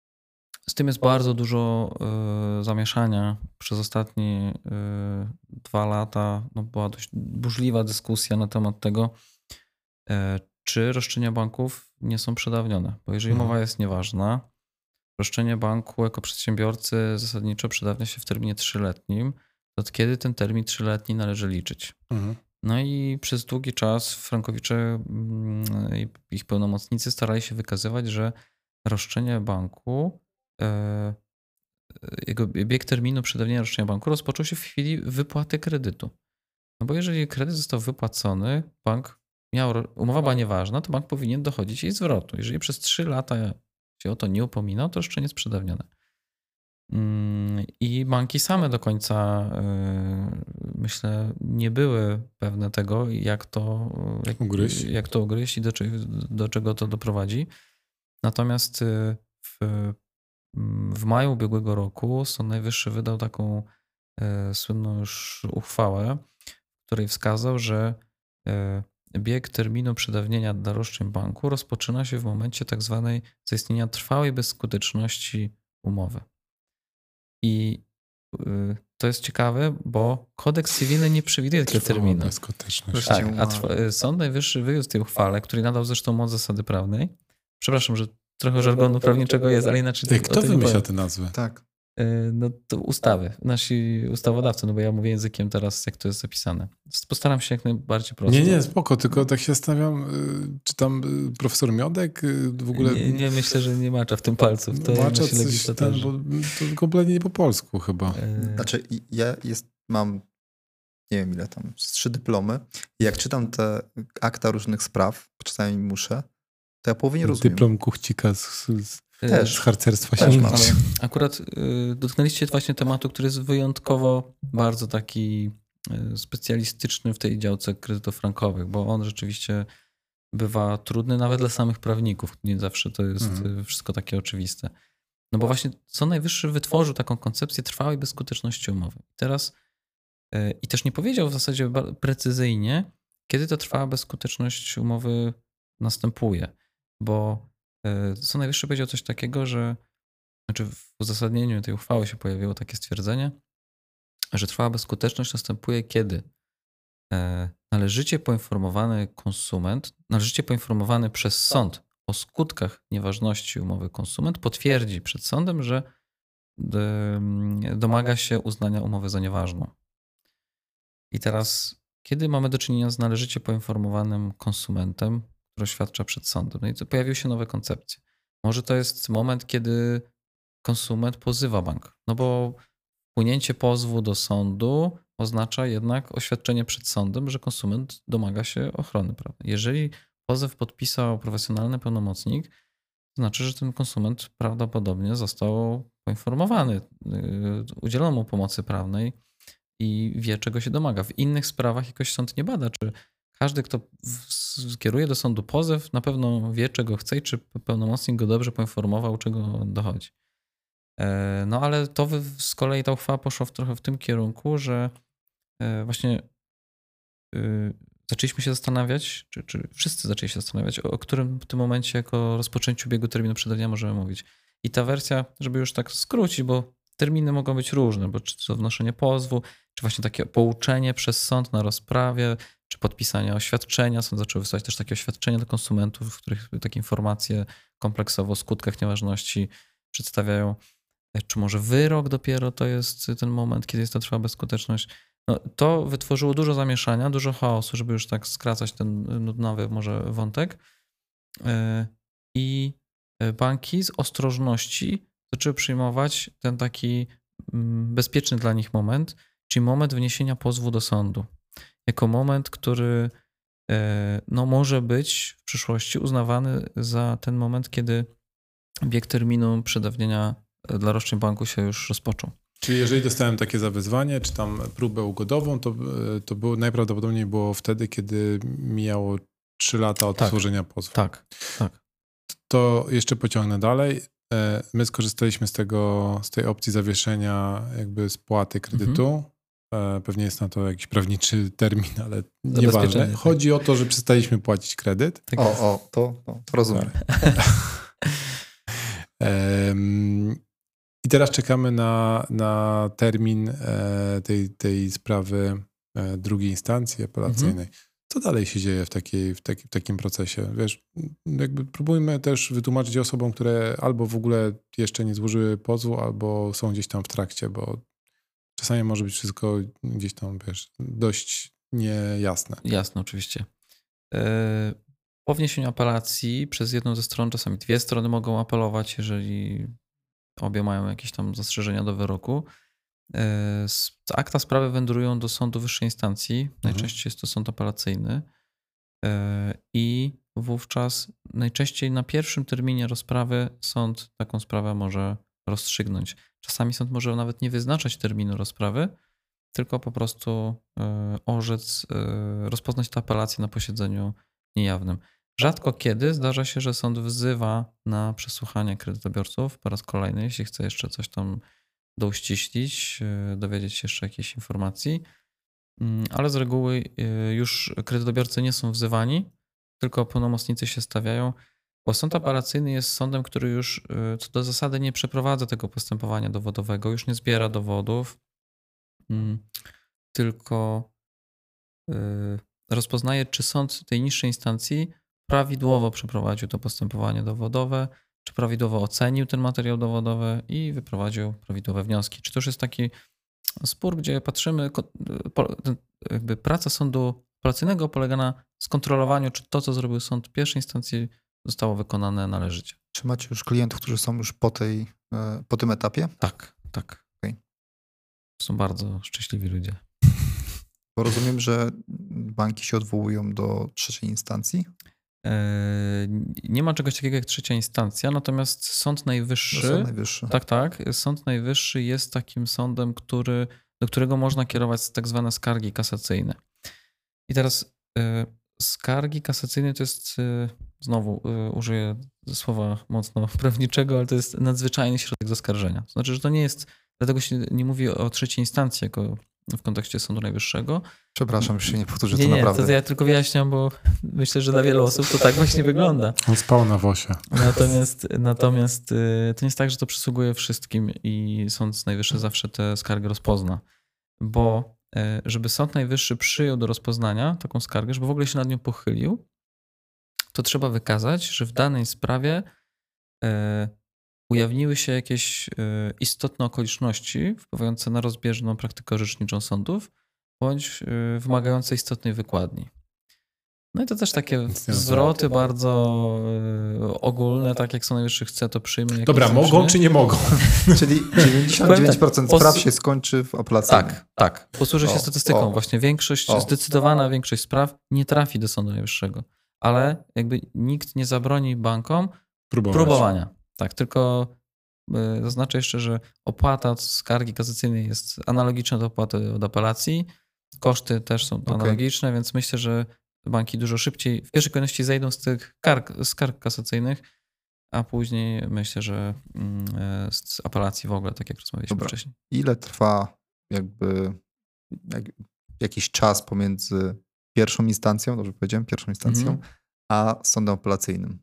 z tym jest bardzo dużo e, zamieszania. Przez ostatnie e, dwa lata no, była dość burzliwa dyskusja na temat tego, e, czy roszczenia banków nie są przedawnione. Bo jeżeli Mhm. umowa jest nieważna, roszczenie banku jako przedsiębiorcy zasadniczo przedawnia się w terminie trzyletnim, to od kiedy ten termin trzyletni należy liczyć? Mhm. No i przez długi czas frankowicze mm, i ich pełnomocnicy starali się wykazywać, że roszczenie banku, e, jego bieg terminu przedawnienia roszczenia banku rozpoczął się w chwili wypłaty kredytu. No bo jeżeli kredyt został wypłacony, bank miał, umowa była nieważna, to bank powinien dochodzić jej zwrotu. Jeżeli przez trzy lata się o to nie upominał, to roszczenie jest przedawnione. Mm, I banki same do końca, yy, myślę, nie były pewne tego, jak to, jak, Ugryźć. jak to ugryźć i do, czego- do czego to doprowadzi. Natomiast yy, w, w maju ubiegłego roku Sąd Najwyższy wydał taką yy, słynną już uchwałę, w której wskazał, że yy, bieg terminu przedawnienia dla roszczeń banku rozpoczyna się w momencie tak zwanej zaistnienia trwałej bezskuteczności umowy. I y, to jest ciekawe, bo kodeks cywilny nie przewiduje takiego Trwała terminu. bezskuteczność. Tak, a umowy. trwa, y, Sąd Najwyższy wywiózł tej uchwale, który nadał zresztą moc zasady prawnej. Przepraszam, że trochę żargonu prawniczego jest, ale inaczej Ej, o kto tym nie wymyślał powiem. te nazwy? Tak. Y, No to ustawy, nasi ustawodawcy, no bo ja mówię językiem teraz, jak to jest zapisane. Postaram się jak najbardziej prosto. Nie, nie, spoko, tylko tak się zastanawiam, y, czy tam y, profesor Miodek y, w ogóle Nie, nie myślę, że nie macza w tym palców. To macza nasi coś ten, legislatorzy. bo to kompletnie nie po polsku chyba. Y, Znaczy, i- ja jest, mam nie wiem ile tam, z trzy dyplomy. I jak czytam te akta różnych spraw, czasami muszę, to ja połowy nie rozumiem. Dyplom kuchcika z, z, Też. z harcerstwa Też się mam. ale... Akurat y, dotknęliście właśnie tematu, który jest wyjątkowo bardzo taki y, specjalistyczny w tej działce kredytów frankowych, bo on rzeczywiście bywa trudny nawet dla samych prawników. Nie zawsze to jest Mhm. y, wszystko takie oczywiste. No bo właśnie Sąd Najwyższy wytworzył taką koncepcję trwałej bezskuteczności umowy. Teraz y, i też nie powiedział w zasadzie ba- precyzyjnie, kiedy ta trwała bezskuteczność umowy następuje, bo y, Sąd Najwyższy powiedział coś takiego, że znaczy w uzasadnieniu tej uchwały się pojawiło takie stwierdzenie, że trwała bezskuteczność następuje, kiedy e, należycie poinformowany konsument, należycie poinformowany przez sąd o skutkach nieważności umowy konsument potwierdzi przed sądem, że d- domaga się uznania umowy za nieważną. I teraz, kiedy mamy do czynienia z należycie poinformowanym konsumentem, który oświadcza przed sądem? No i to pojawiły się nowe koncepcje. Może to jest moment, kiedy konsument pozywa bank. No bo wpłynięcie pozwu do sądu oznacza jednak oświadczenie przed sądem, że konsument domaga się ochrony prawnej. Jeżeli pozew podpisał profesjonalny pełnomocnik, to znaczy, że ten konsument prawdopodobnie został poinformowany, yy, udzielono mu pomocy prawnej i wie, czego się domaga. W innych sprawach jakoś sąd nie bada, czy każdy, kto skieruje do sądu pozew, na pewno wie, czego chce i czy pełnomocnik go dobrze poinformował, czego dochodzi. No ale to z kolei ta uchwała poszła w trochę w tym kierunku, że właśnie zaczęliśmy się zastanawiać, czy, czy wszyscy zaczęli się zastanawiać, o którym w tym momencie jako rozpoczęciu biegu terminu przedawnienia możemy mówić. I ta wersja, żeby już tak skrócić, bo terminy mogą być różne, bo czy to wnoszenie pozwu, czy właśnie takie pouczenie przez sąd na rozprawie, czy podpisanie oświadczenia. Sąd zaczął wysyłać też takie oświadczenia do konsumentów, w których takie informacje kompleksowo o skutkach nieważności przedstawiają. Czy może wyrok dopiero to jest ten moment, kiedy jest ta trwała bezskuteczność. No, to wytworzyło dużo zamieszania, dużo chaosu, żeby już tak skracać ten nudnawy może wątek. I banki z ostrożności zaczęły przyjmować ten taki bezpieczny dla nich moment, czyli moment wniesienia pozwu do sądu. Jako moment, który no, może być w przyszłości uznawany za ten moment, kiedy bieg terminu przedawnienia dla roszczeń banku się już rozpoczął. Czyli jeżeli dostałem takie zawezwanie, czy tam próbę ugodową, to, to było, najprawdopodobniej było wtedy, kiedy mijało trzy lata od tak, złożenia pozwu. Tak, tak. To jeszcze pociągnę dalej. My skorzystaliśmy z tego, z tej opcji zawieszenia jakby spłaty kredytu. Mhm. Pewnie jest na to jakiś prawniczy termin, ale nieważne. Chodzi o to, że przestaliśmy płacić kredyt. Tak o, o, to, to rozumiem. um, I teraz czekamy na, na termin tej, tej sprawy drugiej instancji apelacyjnej. Mhm. Co dalej się dzieje w, takiej, w, taki, w takim procesie? Wiesz, jakby próbujmy też wytłumaczyć osobom, które albo w ogóle jeszcze nie złożyły pozwu, albo są gdzieś tam w trakcie, bo czasami może być wszystko gdzieś tam, wiesz, dość niejasne. Jasne, oczywiście. Po wniesieniu apelacji przez jedną ze stron, czasami dwie strony mogą apelować, jeżeli obie mają jakieś tam zastrzeżenia do wyroku. Akta sprawy wędrują do sądu wyższej instancji. Mhm. Najczęściej jest to sąd apelacyjny. I wówczas najczęściej na pierwszym terminie rozprawy sąd taką sprawę może rozstrzygnąć. Czasami sąd może nawet nie wyznaczać terminu rozprawy, tylko po prostu orzec, rozpoznać tę apelację na posiedzeniu niejawnym. Rzadko kiedy zdarza się, że sąd wzywa na przesłuchanie kredytobiorców po raz kolejny, jeśli chce jeszcze coś tam douściślić, dowiedzieć się jeszcze jakiejś informacji, ale z reguły już kredytobiorcy nie są wzywani, tylko pełnomocnicy się stawiają, bo sąd apelacyjny jest sądem, który już co do zasady nie przeprowadza tego postępowania dowodowego, już nie zbiera dowodów, tylko rozpoznaje, czy sąd tej niższej instancji prawidłowo przeprowadził to postępowanie dowodowe, czy prawidłowo ocenił ten materiał dowodowy i wyprowadził prawidłowe wnioski. Czy to już jest taki spór, gdzie patrzymy, jakby praca sądu apelacyjnego polega na skontrolowaniu, czy to, co zrobił sąd pierwszej instancji, zostało wykonane należycie. Czy macie już klientów, którzy są już po, tej, po tym etapie? Tak, tak. Okay. Są bardzo szczęśliwi ludzie. Bo rozumiem, że banki się odwołują do trzeciej instancji? Nie ma czegoś takiego jak trzecia instancja, natomiast Sąd Najwyższy, Sąd Najwyższy. Tak, tak. Sąd Najwyższy jest takim sądem, który, do którego można kierować tak zwane skargi kasacyjne. I teraz skargi kasacyjne to jest, znowu użyję słowa mocno prawniczego, ale to jest nadzwyczajny środek zaskarżenia. To znaczy, że to nie jest, dlatego się nie mówi o trzeciej instancji jako w kontekście Sądu Najwyższego. Przepraszam, już się nie powtórzę, nie, to nie, naprawdę. Nie, to ja tylko wyjaśniam, bo myślę, że dla wielu osób to tak właśnie wygląda. On spał na wosie. Natomiast, natomiast to nie jest tak, że to przysługuje wszystkim i Sąd Najwyższy zawsze tę skargę rozpozna. Bo żeby Sąd Najwyższy przyjął do rozpoznania taką skargę, żeby w ogóle się nad nią pochylił, to trzeba wykazać, że w danej sprawie ujawniły się jakieś istotne okoliczności wpływające na rozbieżną praktykę orzeczniczą sądów bądź wymagające istotnej wykładni. No i to też takie zwroty bardzo ogólne, tak jak Sąd Najwyższy chce, to przyjmie. Dobra, mogą czy nie mogą? Czyli dziewięćdziesiąt dziewięć procent tak, spraw się skończy w apelacyjnym. Tak, tak. Posłużę się o, statystyką. O, Właśnie większość, o. zdecydowana większość spraw nie trafi do Sądu Najwyższego. Ale jakby nikt nie zabroni bankom Próbować. próbowania. Tak, tylko zaznaczę jeszcze, że opłata od skargi kasacyjnej jest analogiczna do opłaty od apelacji. Koszty też są okay. analogiczne, więc myślę, że banki dużo szybciej, w pierwszej kolejności zejdą z tych karg, skarg kasacyjnych, a później myślę, że z apelacji w ogóle, tak jak rozmawialiśmy Dobra. wcześniej. Ile trwa jakby jak, jakiś czas pomiędzy pierwszą instancją, dobrze powiedziałem, pierwszą instancją, Mhm. a sądem apelacyjnym?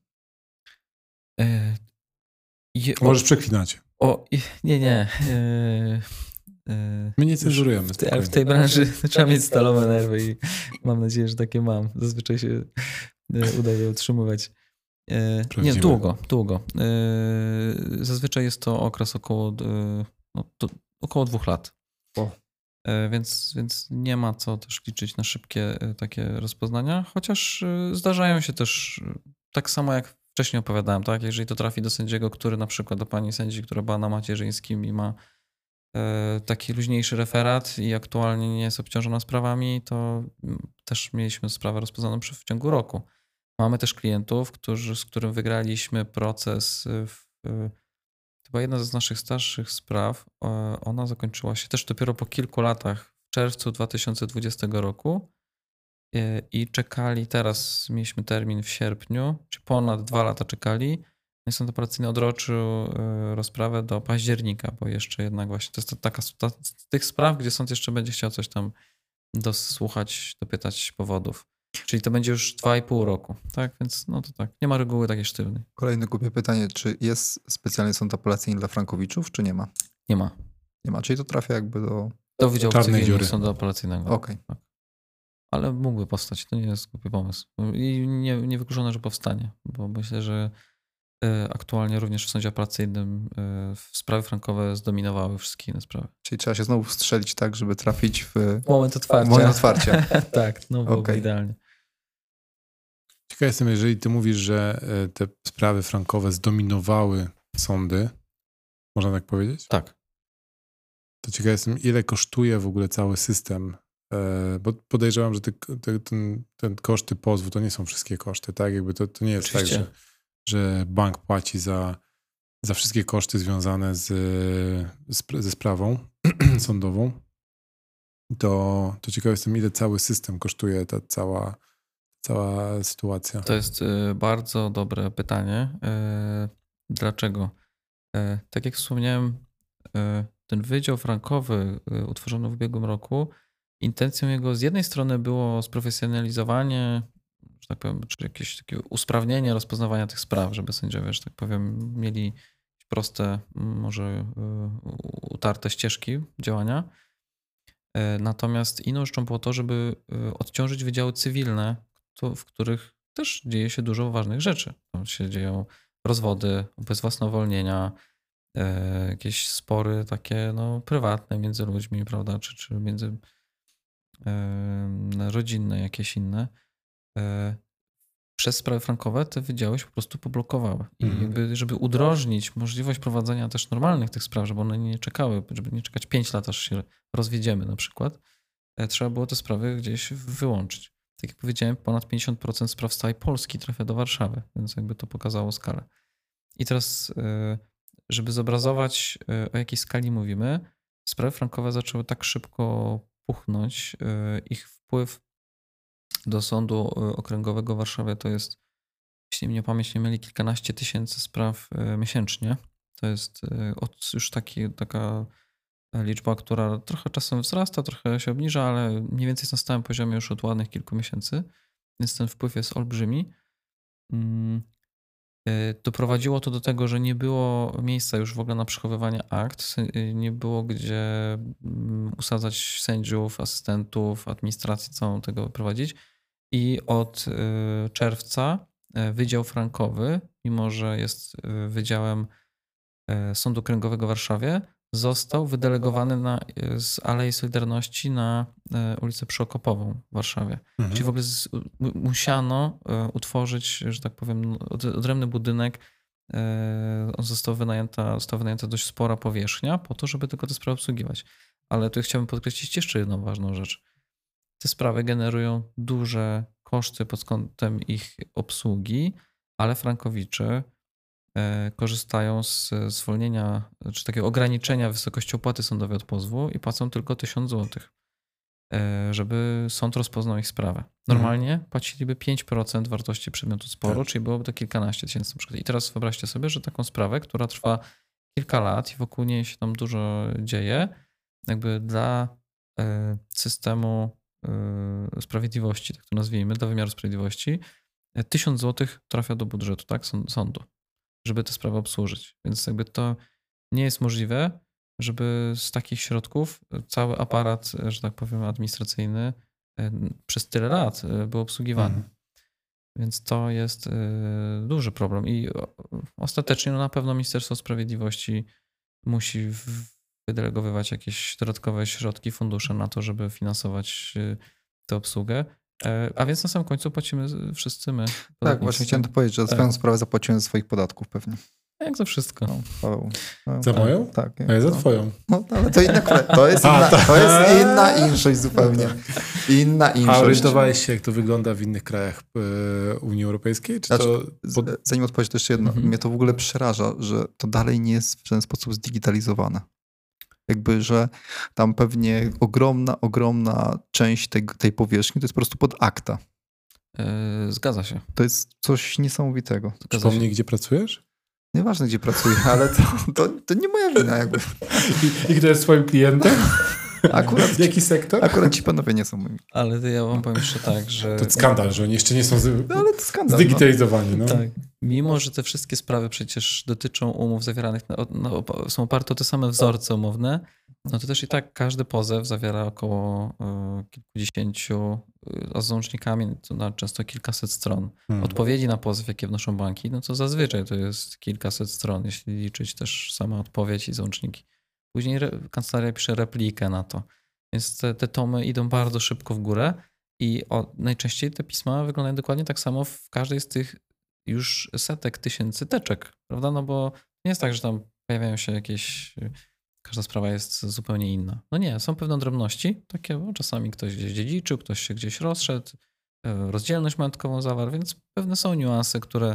E, je, Możesz przeklinać. O, nie, nie. E, e, My nie cenzurujemy. W tej, ale w tej branży trzeba mieć stalowe nerwy i mam nadzieję, że takie mam. Zazwyczaj się udaje utrzymywać. E, nie, długo, długo. E, zazwyczaj jest to okres około, no, to około dwóch lat. O. E, więc, więc nie ma co też liczyć na szybkie takie rozpoznania, chociaż zdarzają się też tak samo jak wcześniej opowiadałem, tak? Jeżeli to trafi do sędziego, który na przykład do pani sędzi, która była na macierzyńskim i ma e, taki luźniejszy referat i aktualnie nie jest obciążona sprawami, to też mieliśmy sprawę rozpoznaną w ciągu roku. Mamy też klientów, którzy, z którym wygraliśmy proces. W, to była jedna z naszych starszych spraw. Ona zakończyła się też dopiero po kilku latach, w czerwcu dwa tysiące dwudziestego roku. I czekali, teraz mieliśmy termin w sierpniu, czyli ponad dwa lata czekali. Sąd apelacyjny odroczył rozprawę do października, bo jeszcze jednak właśnie to jest taka ta, z tych spraw, gdzie sąd jeszcze będzie chciał coś tam dosłuchać, dopytać powodów. Czyli to będzie już dwa i pół roku, tak? Więc no to tak, nie ma reguły takiej sztywnej. Kolejne głupie pytanie, czy jest specjalny sąd apelacyjny dla frankowiczów, czy nie ma? Nie ma. Nie ma, czyli to trafia jakby do... Do Wydziału Czarnej Cywilnego dziury. Sądu Apelacyjnego. Okej. Tak. Ale mógłby powstać, to nie jest głupi pomysł. I nie, niewykluczone, że powstanie, bo myślę, że aktualnie również w sądzie apelacyjnym sprawy frankowe zdominowały wszystkie inne sprawy. Czyli trzeba się znowu wstrzelić tak, żeby trafić w... Moment otwarcia. Moment otwarcia. Tak, no byłoby Okej. idealnie. Ciekaw jestem, jeżeli ty mówisz, że te sprawy frankowe zdominowały sądy, można tak powiedzieć? Tak. To ciekaw jestem, ile kosztuje w ogóle cały system, bo podejrzewam, że te, te, ten, ten koszty pozwu to nie są wszystkie koszty, tak? Jakby to, to nie jest Oczywiście. tak, że, że bank płaci za, za wszystkie koszty związane z, z, ze sprawą sądową. To, to ciekaw jestem, ile cały system kosztuje, ta cała cała sytuacja. To jest bardzo dobre pytanie. Dlaczego? Tak jak wspomniałem, ten Wydział Frankowy utworzony w ubiegłym roku, intencją jego z jednej strony było sprofesjonalizowanie, że tak powiem, czy jakieś takie usprawnienie rozpoznawania tych spraw, żeby sędziowie, że tak powiem, mieli proste, może utarte ścieżki działania. Natomiast inną rzeczą było to, żeby odciążyć wydziały cywilne, w których też dzieje się dużo ważnych rzeczy. Tam się dzieją rozwody, ubezwłasnowolnienia, jakieś spory takie no, prywatne między ludźmi, prawda, czy, czy między rodzinne, jakieś inne. Przez sprawy frankowe te wydziały się po prostu poblokowały. I Mhm. jakby, żeby udrożnić możliwość prowadzenia też normalnych tych spraw, żeby one nie czekały, żeby nie czekać pięć lat, aż się rozwiedziemy na przykład, trzeba było te sprawy gdzieś wyłączyć. Tak jak powiedziałem, ponad pięćdziesiąt procent spraw z całej Polski trafia do Warszawy, więc jakby to pokazało skalę. I teraz, żeby zobrazować, o jakiej skali mówimy, sprawy frankowe zaczęły tak szybko puchnąć. Ich wpływ do Sądu Okręgowego w Warszawie to jest, jeśli mnie pamięć nie myli, kilkanaście tysięcy spraw miesięcznie. To jest od już taki, taka liczba, która trochę czasem wzrasta, trochę się obniża, ale mniej więcej jest na stałym poziomie już od ładnych kilku miesięcy, więc ten wpływ jest olbrzymi. Doprowadziło to do tego, że nie było miejsca już w ogóle na przechowywanie akt, nie było gdzie usadzać sędziów, asystentów, administracji, całą tego prowadzić. I od czerwca Wydział Frankowy, mimo że jest Wydziałem Sądu Okręgowego w Warszawie, został wydelegowany na, z Alei Solidarności na ulicę Przyokopową w Warszawie. Mhm. Czyli w ogóle z, musiano utworzyć, że tak powiem, odrębny budynek. On został wynajęta, została wynajęta dość spora powierzchnia po to, żeby tylko te sprawy obsługiwać. Ale tu chciałbym podkreślić jeszcze jedną ważną rzecz. Te sprawy generują duże koszty pod kątem ich obsługi, ale frankowicze korzystają z zwolnienia, czy takiego ograniczenia wysokości opłaty sądowej od pozwu i płacą tylko tysiąc złotych. żeby sąd rozpoznał ich sprawę. Normalnie mhm. płaciliby pięć procent wartości przedmiotu sporu, tak. czyli byłoby to kilkanaście tysięcy na przykład. I teraz wyobraźcie sobie, że taką sprawę, która trwa kilka lat i wokół niej się tam dużo dzieje, jakby dla systemu sprawiedliwości, tak to nazwijmy, dla wymiaru sprawiedliwości, tysiąc złotych trafia do budżetu, tak, sądu, żeby tę sprawę obsłużyć. Więc jakby to nie jest możliwe, żeby z takich środków cały aparat, że tak powiem, administracyjny przez tyle lat był obsługiwany. Mhm. Więc to jest duży problem i ostatecznie no na pewno Ministerstwo Sprawiedliwości musi wydelegowywać jakieś dodatkowe środki, fundusze na to, żeby finansować tę obsługę. A więc na samym końcu płacimy wszyscy my. Tak, właśnie chciałem to powiedzieć, że tak. swoją sprawę zapłaciłem ze swoich podatków pewnie. Jak za wszystko. No, Paweł, no, za moją? Tak. A ja za no. twoją. No, ale to inna to jest inna, to jest inna inszość zupełnie. Inna inszość. A orientowałeś się, jak to wygląda w innych krajach Unii Europejskiej? Czy znaczy, to... pod... Zanim odpowiedzieć, to jeszcze jedno. Mhm. Mnie to w ogóle przeraża, że to dalej nie jest w żaden sposób zdigitalizowane. Jakby, że tam pewnie ogromna, ogromna część tej, tej powierzchni to jest po prostu pod akta. Zgadza się. To jest coś niesamowitego. Przypomnij, gdzie pracujesz? Nieważne, gdzie pracuję, ale to, to, to nie moja wina jakby. I, I kto jest twoim klientem? Akurat, Jaki sektor? Akurat ci panowie nie są moimi. Ale to ja wam powiem jeszcze tak, że... To skandal, że oni jeszcze nie są z... no, ale to skandal, zdigitalizowani. No. Tak. Mimo, że te wszystkie sprawy przecież dotyczą umów zawieranych, na, no, są oparte o te same wzorce umowne, no to też i tak każdy pozew zawiera około y, kilkudziesięciu, y, a z załącznikami to na często kilkaset stron. Hmm. Odpowiedzi na pozew, jakie wnoszą banki, no to zazwyczaj to jest kilkaset stron, jeśli liczyć też sama odpowiedź i załączniki. Później re, kancelaria pisze replikę na to. Więc te, te tomy idą bardzo szybko w górę i o, najczęściej te pisma wyglądają dokładnie tak samo w każdej z tych już setek tysięcy teczek, prawda? No bo nie jest tak, że tam pojawiają się jakieś... Każda sprawa jest zupełnie inna. No nie, są pewne drobności, takie bo czasami ktoś gdzieś dziedziczył, ktoś się gdzieś rozszedł, rozdzielność majątkową zawarł, więc pewne są niuanse, które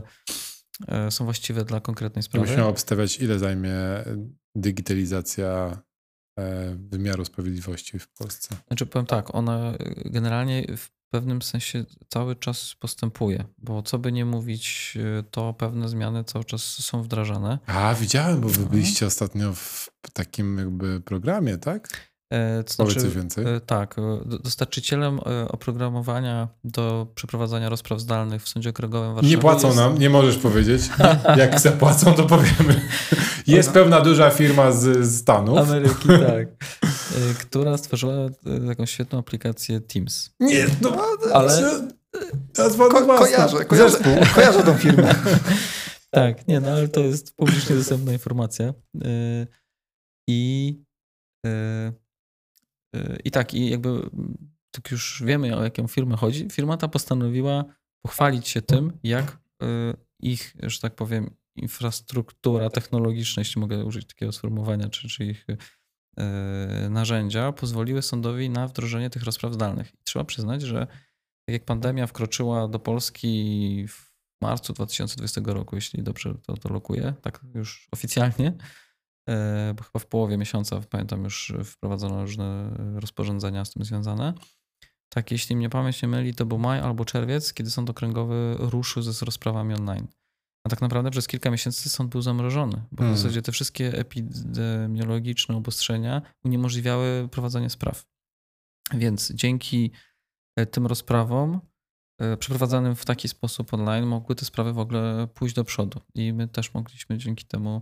są właściwe dla konkretnej sprawy. Musimy obstawiać, ile zajmie digitalizacja wymiaru sprawiedliwości w Polsce. Znaczy powiem tak, ona generalnie w pewnym sensie cały czas postępuje, bo co by nie mówić, to pewne zmiany cały czas są wdrażane. A, widziałem, bo wy byliście ostatnio w takim jakby programie, tak? E, to Powiedz znaczy, coś więcej. E, tak, dostarczycielem oprogramowania do przeprowadzania rozpraw zdalnych w Sądzie Okręgowym w Warszawie Nie płacą jest... nam, nie możesz powiedzieć. Jak zapłacą, to powiemy. Jest Ona... pewna duża firma z, z Stanów. Ameryki, tak. E, która stworzyła taką świetną aplikację Teams. Nie, no, ale... Ko- kojarzę, kojarzę, kojarzę tą firmę. Tak, nie, no ale to jest publicznie dostępna informacja. E, I... E, I tak, i jakby tak już wiemy, o jaką firmę chodzi. Firma ta postanowiła pochwalić się tym, jak ich, że tak powiem, infrastruktura technologiczna, jeśli mogę użyć takiego sformułowania, czy, czy ich narzędzia pozwoliły sądowi na wdrożenie tych rozpraw zdalnych. I trzeba przyznać, że tak jak pandemia wkroczyła do Polski w marcu dwa tysiące dwudziestego roku, jeśli dobrze to, to lokuję, tak już oficjalnie, bo chyba w połowie miesiąca, pamiętam, już wprowadzono różne rozporządzenia z tym związane. Tak, jeśli mnie pamięć nie myli, to był maj albo czerwiec, kiedy sąd okręgowy ruszył ze rozprawami online. A tak naprawdę przez kilka miesięcy sąd był zamrożony, bo hmm. w zasadzie te wszystkie epidemiologiczne obostrzenia uniemożliwiały prowadzenie spraw. Więc dzięki tym rozprawom przeprowadzanym w taki sposób online mogły te sprawy w ogóle pójść do przodu. I my też mogliśmy dzięki temu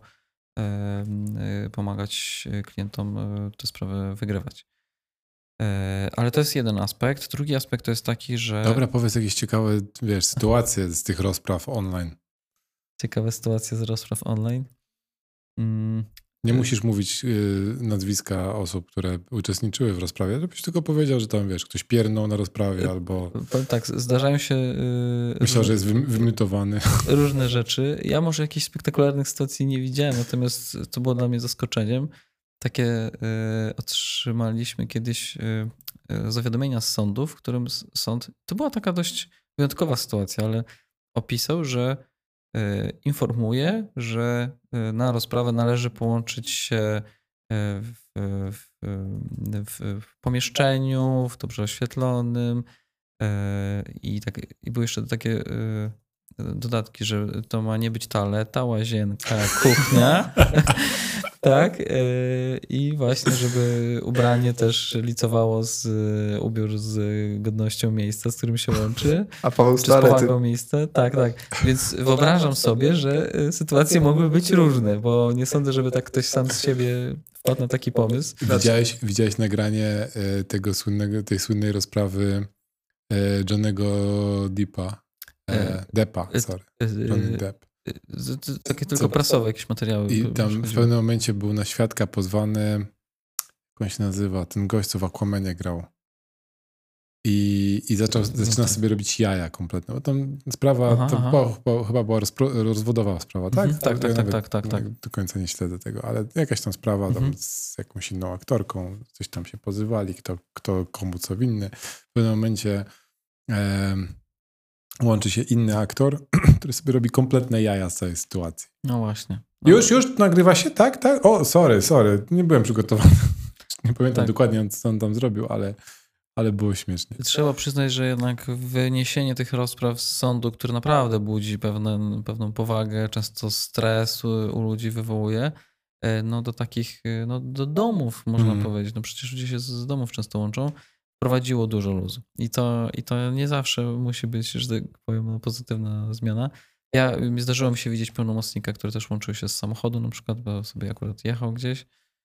pomagać klientom te sprawy wygrywać. Ale to jest jeden aspekt. Drugi aspekt to jest taki, że... Dobra, powiedz jakieś ciekawe, wiesz, sytuacje z tych rozpraw online. Ciekawe sytuacje z rozpraw online. Hmm. Nie musisz mówić y, nazwiska osób, które uczestniczyły w rozprawie, żebyś tylko powiedział, że tam, wiesz, ktoś piernął na rozprawie albo... Tak, zdarzają się... Y, Myślał, że jest wy, wymytowany. Różne rzeczy. Ja może jakichś spektakularnych sytuacji nie widziałem, natomiast to było dla mnie zaskoczeniem. Takie y, otrzymaliśmy kiedyś y, y, zawiadomienia z sądu, w którym sąd... To była taka dość wyjątkowa sytuacja, ale opisał, że y, informuje, że y, na rozprawę należy połączyć się y, w, w w, w pomieszczeniu, w dobrze oświetlonym i, tak, i były jeszcze takie dodatki, że to ma nie być toaleta, łazienka, kuchnia. Tak. I właśnie, żeby ubranie też licowało z ubiór z godnością miejsca, z którym się łączy. A Paweł czy z powagą miejsca. Tak, tak. Więc wyobrażam sobie, że sytuacje mogły być różne, bo nie sądzę, żeby tak ktoś sam z siebie wpadł na taki pomysł. Widziałeś, widziałeś nagranie tego słynnego, tej słynnej rozprawy Johnnego Deppa. E, Deppa, sorry. Johnny Depp. Takie tylko prasowe jakieś materiały. I tam w pewnym momencie był na świadka pozwany, jak on się nazywa, ten gość, co w Aquamanie grał. I, i zaczął, zaczyna sobie robić jaja kompletne. Bo tam sprawa, aha, to aha. Była, chyba była rozpro, rozwodowa sprawa, tak? Mhm, tak, tak, ja tak, tak, tak, tak. Do końca nie śledzę tego, ale jakaś tam sprawa Mhm. tam z jakąś inną aktorką, coś tam się pozywali, kto, kto komu co winny. W pewnym momencie e, łączy się inny aktor, który sobie robi kompletne jaja z całej sytuacji. No właśnie. No. Już, już nagrywa się? Tak, tak? O, sorry, sorry, nie byłem przygotowany. Nie pamiętam Tak. dokładnie, co on tam zrobił, ale, ale było śmiesznie. Trzeba przyznać, że jednak wyniesienie tych rozpraw z sądu, który naprawdę budzi pewne, pewną powagę, często stres u, u ludzi wywołuje, no do takich, no do domów można Mm. powiedzieć. No przecież ludzie się z domów często łączą. Prowadziło dużo luzu. I to, i to nie zawsze musi być, że tak powiem, no, pozytywna zmiana. Ja zdarzyło mi się widzieć pełnomocnika, który też łączył się z samochodu na przykład, bo sobie akurat jechał gdzieś.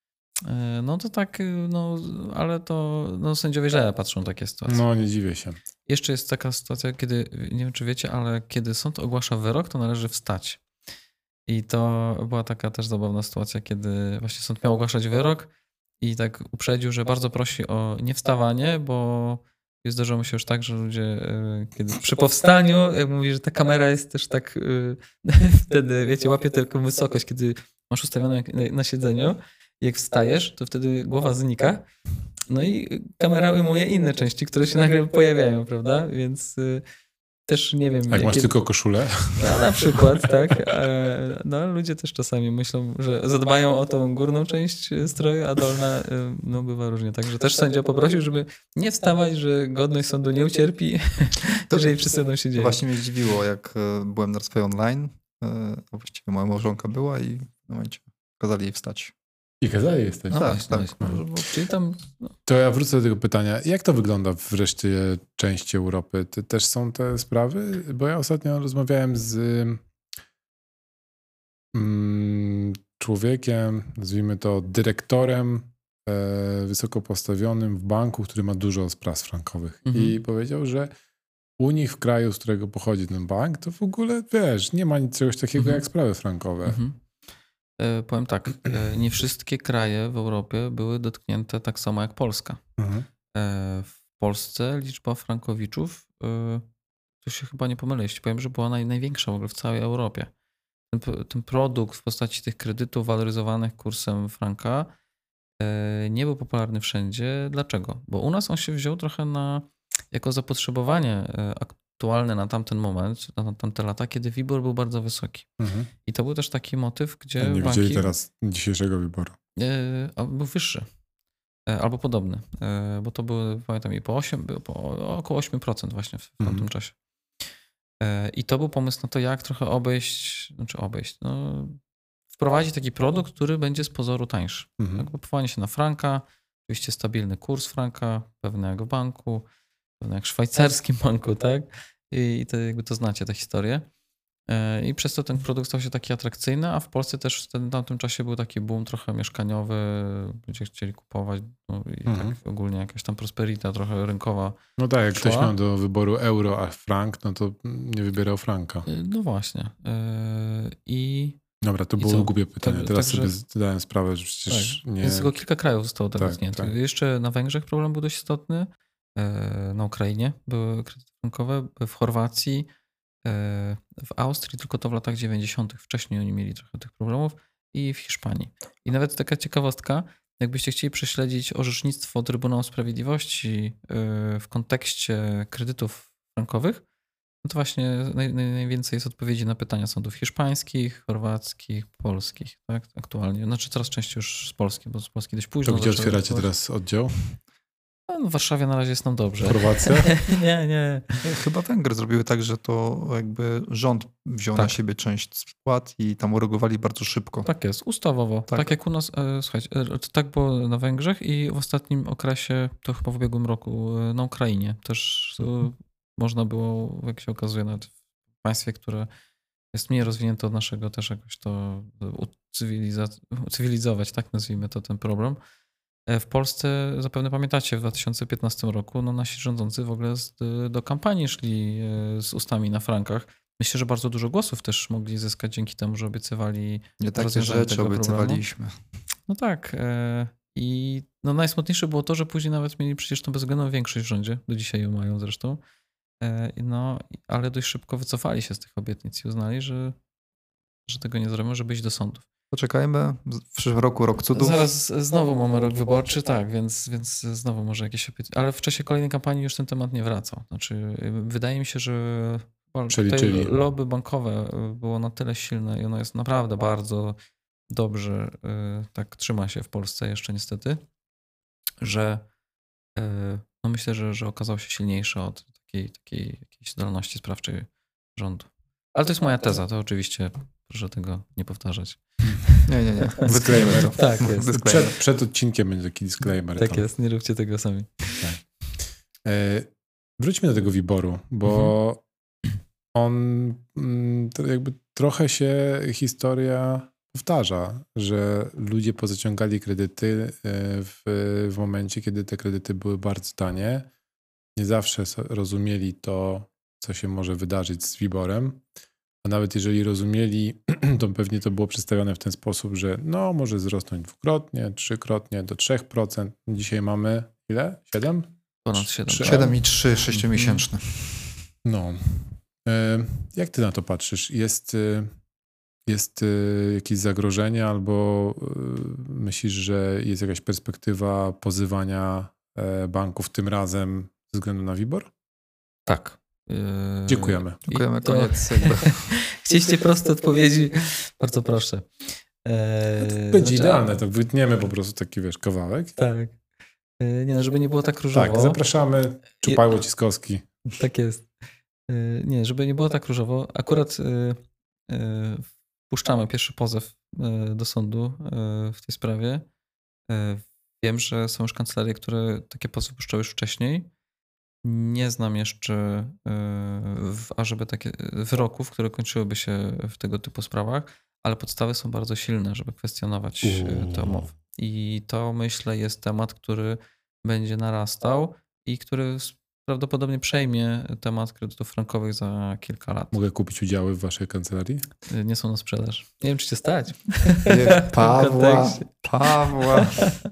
No to tak, no ale to no, sędziowie źle patrzą na takie sytuacje. No, nie dziwię się. Jeszcze jest taka sytuacja, kiedy, nie wiem czy wiecie, ale kiedy sąd ogłasza wyrok, to należy wstać. I to była taka też zabawna sytuacja, kiedy właśnie sąd miał ogłaszać wyrok i tak uprzedził, że bardzo prosi o niewstawanie, bo zdarzyło mi się już tak, że ludzie kiedy przy powstaniu, jak mówi, że ta kamera jest też tak wtedy, wiecie, łapie tylko wysokość, kiedy masz ustawioną na siedzeniu. Jak wstajesz, to wtedy głowa znika. No i kamera ujmuje inne części, które się nagle pojawiają, prawda? Więc y, też nie wiem. Jak jakie... masz tylko koszulę? No, na przykład, tak. No ludzie też czasami myślą, że zadbają o tą górną część stroju, a dolna no, bywa różnie. Także też sędzia poprosił, żeby nie wstawać, że godność sądu nie ucierpi, to, jeżeli wszyscy będą się dzieje. Właśnie mnie zdziwiło, jak byłem na rozprawie online, a właściwie moja małżonka była i w momencie kazali jej wstać. I kazali jesteś. No tak, właśnie, tak. no, bo, czyli tam... No. To ja wrócę do tego pytania. Jak to wygląda w reszcie części Europy? Ty też są te sprawy? Bo ja ostatnio rozmawiałem z mm, człowiekiem, nazwijmy to dyrektorem e, wysoko postawionym w banku, który ma dużo spraw frankowych. Mhm. I powiedział, że u nich w kraju, z którego pochodzi ten bank, to w ogóle, wiesz, nie ma nic czegoś takiego Mhm. jak sprawy frankowe. Mhm. E, powiem tak, e, nie wszystkie kraje w Europie były dotknięte tak samo jak Polska. Mhm. E, w Polsce liczba frankowiczów, e, tu się chyba nie pomylę, jeśli powiem, że była naj, największa w ogóle w całej Europie. Ten, ten produkt w postaci tych kredytów waloryzowanych kursem franka e, nie był popularny wszędzie. Dlaczego? Bo u nas on się wziął trochę na, jako zapotrzebowanie e, aktualne na tamten moment, na tamte lata, kiedy WIBOR był bardzo wysoki. Mhm. I to był też taki motyw, gdzie Nie banki... widzieli teraz dzisiejszego wyboru. E, był wyższy. E, albo podobny. E, bo to były, pamiętam, i po osiem, po około osiem procent właśnie w, w tamtym Mhm. czasie. E, I to był pomysł na to, jak trochę obejść, znaczy obejść, no, wprowadzić taki produkt, który będzie z pozoru tańszy. Mhm. Tak, powołanie się na franka, oczywiście stabilny kurs franka, pewny jak w banku, pewny jak w szwajcarskim banku, tak? I to jakby to znacie tę historię. I przez to ten produkt stał się taki atrakcyjny, a w Polsce też w tym tamtym czasie był taki boom trochę mieszkaniowy, ludzie chcieli kupować, no i Mhm. tak ogólnie jakaś tam prosperita trochę rynkowa. No tak, jak szła. ktoś miał do wyboru euro, a frank, no to nie wybierał franka. No właśnie. I Dobra, to I było co? głupie pytanie. Tak- Teraz także- sobie zdałem sprawę, że przecież tak, nie... więc tylko kilka krajów zostało tak Tak, dotkniętych. tak. Jeszcze na Węgrzech problem był dość istotny, na Ukrainie były kredyty frankowe, w Chorwacji, w Austrii, tylko to w latach dziewięćdziesiątych. Wcześniej oni mieli trochę tych problemów i w Hiszpanii. I nawet taka ciekawostka, jakbyście chcieli prześledzić orzecznictwo Trybunału Sprawiedliwości w kontekście kredytów frankowych, No to właśnie naj, naj, najwięcej jest odpowiedzi na pytania sądów hiszpańskich, chorwackich, polskich, tak? Aktualnie. Znaczy coraz częściej już z Polski, bo z Polski dość późno. To gdzie zaczęły otwieracie odbywać. teraz oddział? No, w Warszawie na razie jest nam dobrze. Chorwacja? nie, nie. Chyba Węgry zrobiły tak, że to jakby rząd wziął Tak. na siebie część spłat i tam uregulowali bardzo szybko. Tak jest, ustawowo. Tak, Tak. jak u nas, e, słuchajcie, e, to tak było na Węgrzech i w ostatnim okresie, to chyba w ubiegłym roku, e, na Ukrainie też e, można było, jak się okazuje, nawet w państwie, które jest mniej rozwinięte od naszego, też jakoś to ucywiliza- ucywilizować, tak nazwijmy to, ten problem. E, W Polsce, zapewne pamiętacie, w dwa tysiące piętnastym roku no, nasi rządzący w ogóle z, do kampanii szli e, z ustami na frankach. Myślę, że bardzo dużo głosów też mogli zyskać dzięki temu, że obiecywali Nie takie rozwiązanie rzeczy tego obiecywaliśmy. No tak. e, I no najsmutniejsze było to, że później nawet mieli przecież tą bezwzględną większość w rządzie. Do dzisiaj ją mają zresztą. E, No, ale dość szybko wycofali się z tych obietnic i uznali, że, że tego nie zrobią, żeby iść do sądów. Poczekajmy, w przyszłym roku rok cudów. Zaraz znowu mamy rok wyborczy, tak, więc, więc znowu może jakieś opinie. Ale w czasie kolejnej kampanii już ten temat nie wracał. Znaczy, wydaje mi się, że Czyli- tutaj czyli- lobby bankowe było na tyle silne i ono jest naprawdę bardzo dobrze, y, tak trzyma się w Polsce jeszcze niestety, że y, no myślę, że, że okazał się silniejszy od takiej, takiej jakiejś zdolności sprawczej rządu. Ale to jest moja teza, to oczywiście proszę tego nie powtarzać. Nie, nie, nie. Disclaimer. to. Tak jest. Disclaimer. Przed, przed odcinkiem będzie taki disclaimer. Tak tam. jest, nie róbcie tego sami. E, Wróćmy do tego wyboru, bo on mm, to jakby trochę się historia powtarza, że ludzie pozaciągali kredyty e, w, w momencie, kiedy te kredyty były bardzo tanie. Nie zawsze so- rozumieli to, co się może wydarzyć z WIBOR-em, a nawet jeżeli rozumieli, to pewnie to było przedstawione w ten sposób, że no może wzrosnąć dwukrotnie, trzykrotnie do trzech procent. Dzisiaj mamy ile? siedem? Ponad siedem. Trzy- siedem i trzy, sześciomiesięczne. No. E, Jak ty na to patrzysz? Jest, e, jest e, jakieś zagrożenie albo e, myślisz, że jest jakaś perspektywa pozywania e, banków tym razem ze względu na WIBOR? Tak. Yy, Dziękujemy. Dziękujemy, i to- koniec. Jakby. Chcieliście proste odpowiedzi? Bardzo proszę. Eee, Będzie znaczy- idealne, to wytniemy po prostu taki, wiesz, kawałek. Tak. Eee, Nie no, żeby nie było tak różowo. Tak, zapraszamy. Czupajło Ciskowski. Tak jest. Eee, Nie, żeby nie było tak różowo. Akurat eee, eee, wpuszczamy pierwszy pozew eee, do sądu eee, w tej sprawie. Eee, Wiem, że są już kancelarie, które takie pozwy puszczały już wcześniej. Nie znam jeszcze eee, w- ażeby takie wyroków, które kończyłyby się w tego typu sprawach, ale podstawy są bardzo silne, żeby kwestionować eee, te Uuu. umowy. I to myślę jest temat, który będzie narastał i który s- prawdopodobnie przejmie temat kredytów frankowych za kilka lat. Mogę kupić udziały w waszej kancelarii? Eee, Nie są na sprzedaż. Nie wiem, czy cię stać. Nie, W tym Pawła, kontekście. Pawła.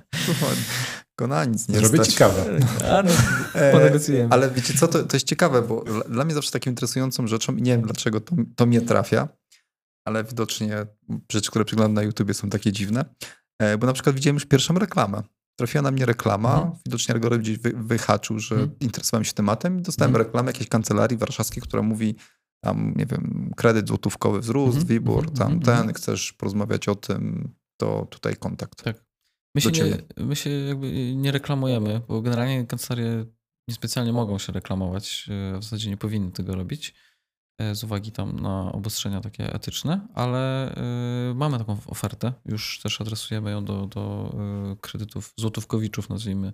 Go na nic nie Zrobię stać. ciekawe. A, no, E, ponegocjujemy. Ale wiecie co, to, to jest ciekawe, bo dla- dla mnie zawsze taką interesującą rzeczą, nie wiem dlaczego to, to mnie trafia, ale widocznie rzeczy, które przeglądam na YouTubie są takie dziwne, e, bo na przykład widziałem już pierwszą reklamę. Trafiła na mnie reklama, Mhm. widocznie algorytm gdzieś wy, wyhaczył, że Mhm. interesowałem się tematem i dostałem Mhm. reklamę jakiejś kancelarii warszawskiej, która mówi tam, nie wiem, kredyt złotówkowy wzrósł, Mhm. WIBOR, Mhm. tam Mhm. ten, chcesz porozmawiać o tym, to tutaj kontakt. Tak. My się, do nie, ciebie. my się jakby nie reklamujemy, bo generalnie kancelarie niespecjalnie mogą się reklamować, e, w zasadzie nie powinny tego robić e, z uwagi tam na obostrzenia takie etyczne, ale e, mamy taką ofertę, już też adresujemy ją do, do e, kredytów złotówkowiczów, nazwijmy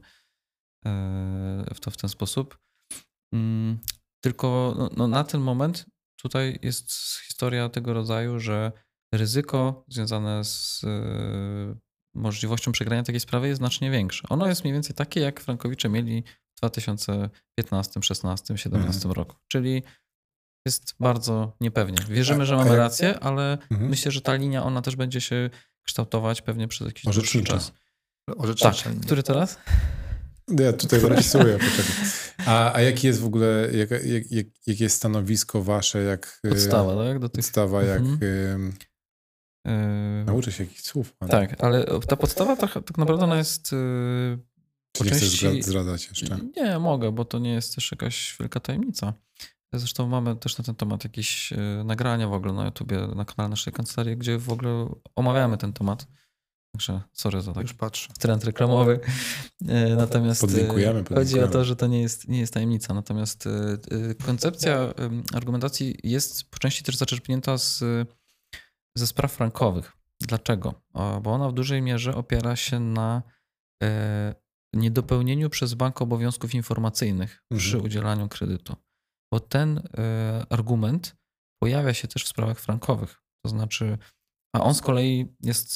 e, w to w ten sposób. Mm, Tylko no, no na ten moment tutaj jest historia tego rodzaju, że ryzyko związane z e, możliwością przegrania takiej sprawy jest znacznie większe. Ono jest mniej więcej takie, jak frankowicze mieli w dwa tysiące piętnastym, szesnastym, siedemnastym roku. Czyli jest bardzo niepewnie. Wierzymy, że A- a mamy jak- rację, ale Mhm. myślę, że ta linia, ona też będzie się kształtować pewnie przez jakiś dłuższy Orzecznicza. czas. Tak. Orzecznicza linia. Który teraz? Ja tutaj zapisuję, poczekaj. A, a jaki jest w ogóle, jak, jak, jak, jakie jest stanowisko wasze, jak... e, Podstawa, tak? Do tych... Podstawa, jak... Mhm. em, Yy, Nauczę się jakichś słów. Pan. tak, ale ta podstawa tak, tak naprawdę ona jest yy, Czy po nie chcesz części- zdra- zdradzać jeszcze? Nie, mogę, bo to nie jest też jakaś wielka tajemnica. Zresztą mamy też na ten temat jakieś nagrania w ogóle na YouTubie, na kanale naszej kancelarii, gdzie w ogóle omawiamy ten temat. Także sorry za taki trend reklamowy. Natomiast podlinkujemy, podlinkujemy. Chodzi o to, że to nie jest, nie jest tajemnica. Natomiast koncepcja argumentacji jest po części też zaczerpnięta z, ze spraw frankowych. Dlaczego? Bo ona w dużej mierze opiera się na niedopełnieniu przez bank obowiązków informacyjnych mhm. przy udzielaniu kredytu. Bo ten argument pojawia się też w sprawach frankowych. To znaczy, a on z kolei jest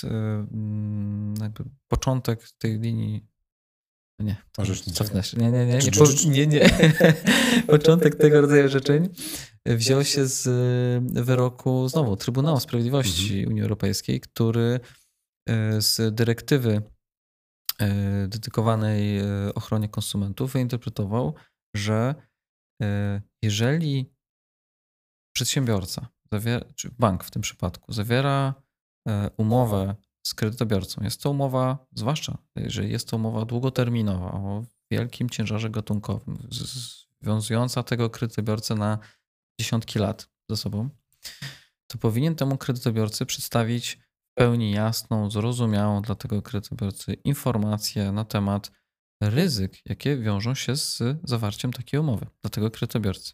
jakby początek tej linii. Nie, cofnę się. Nie, nie, nie. nie, po, nie, nie. Początek tego rodzaju orzeczeń wziął się z wyroku znowu Trybunału Sprawiedliwości mhm. Unii Europejskiej, który z dyrektywy dedykowanej ochronie konsumentów wyinterpretował, że jeżeli przedsiębiorca, zawiera, czy bank w tym przypadku, zawiera umowę z kredytobiorcą, jest to umowa, zwłaszcza jeżeli jest to umowa długoterminowa o wielkim ciężarze gatunkowym, związująca tego kredytobiorcę na dziesiątki lat ze sobą, to powinien temu kredytobiorcy przedstawić w pełni jasną, zrozumiałą dla tego kredytobiorcy informację na temat ryzyk, jakie wiążą się z zawarciem takiej umowy dla tego kredytobiorcy.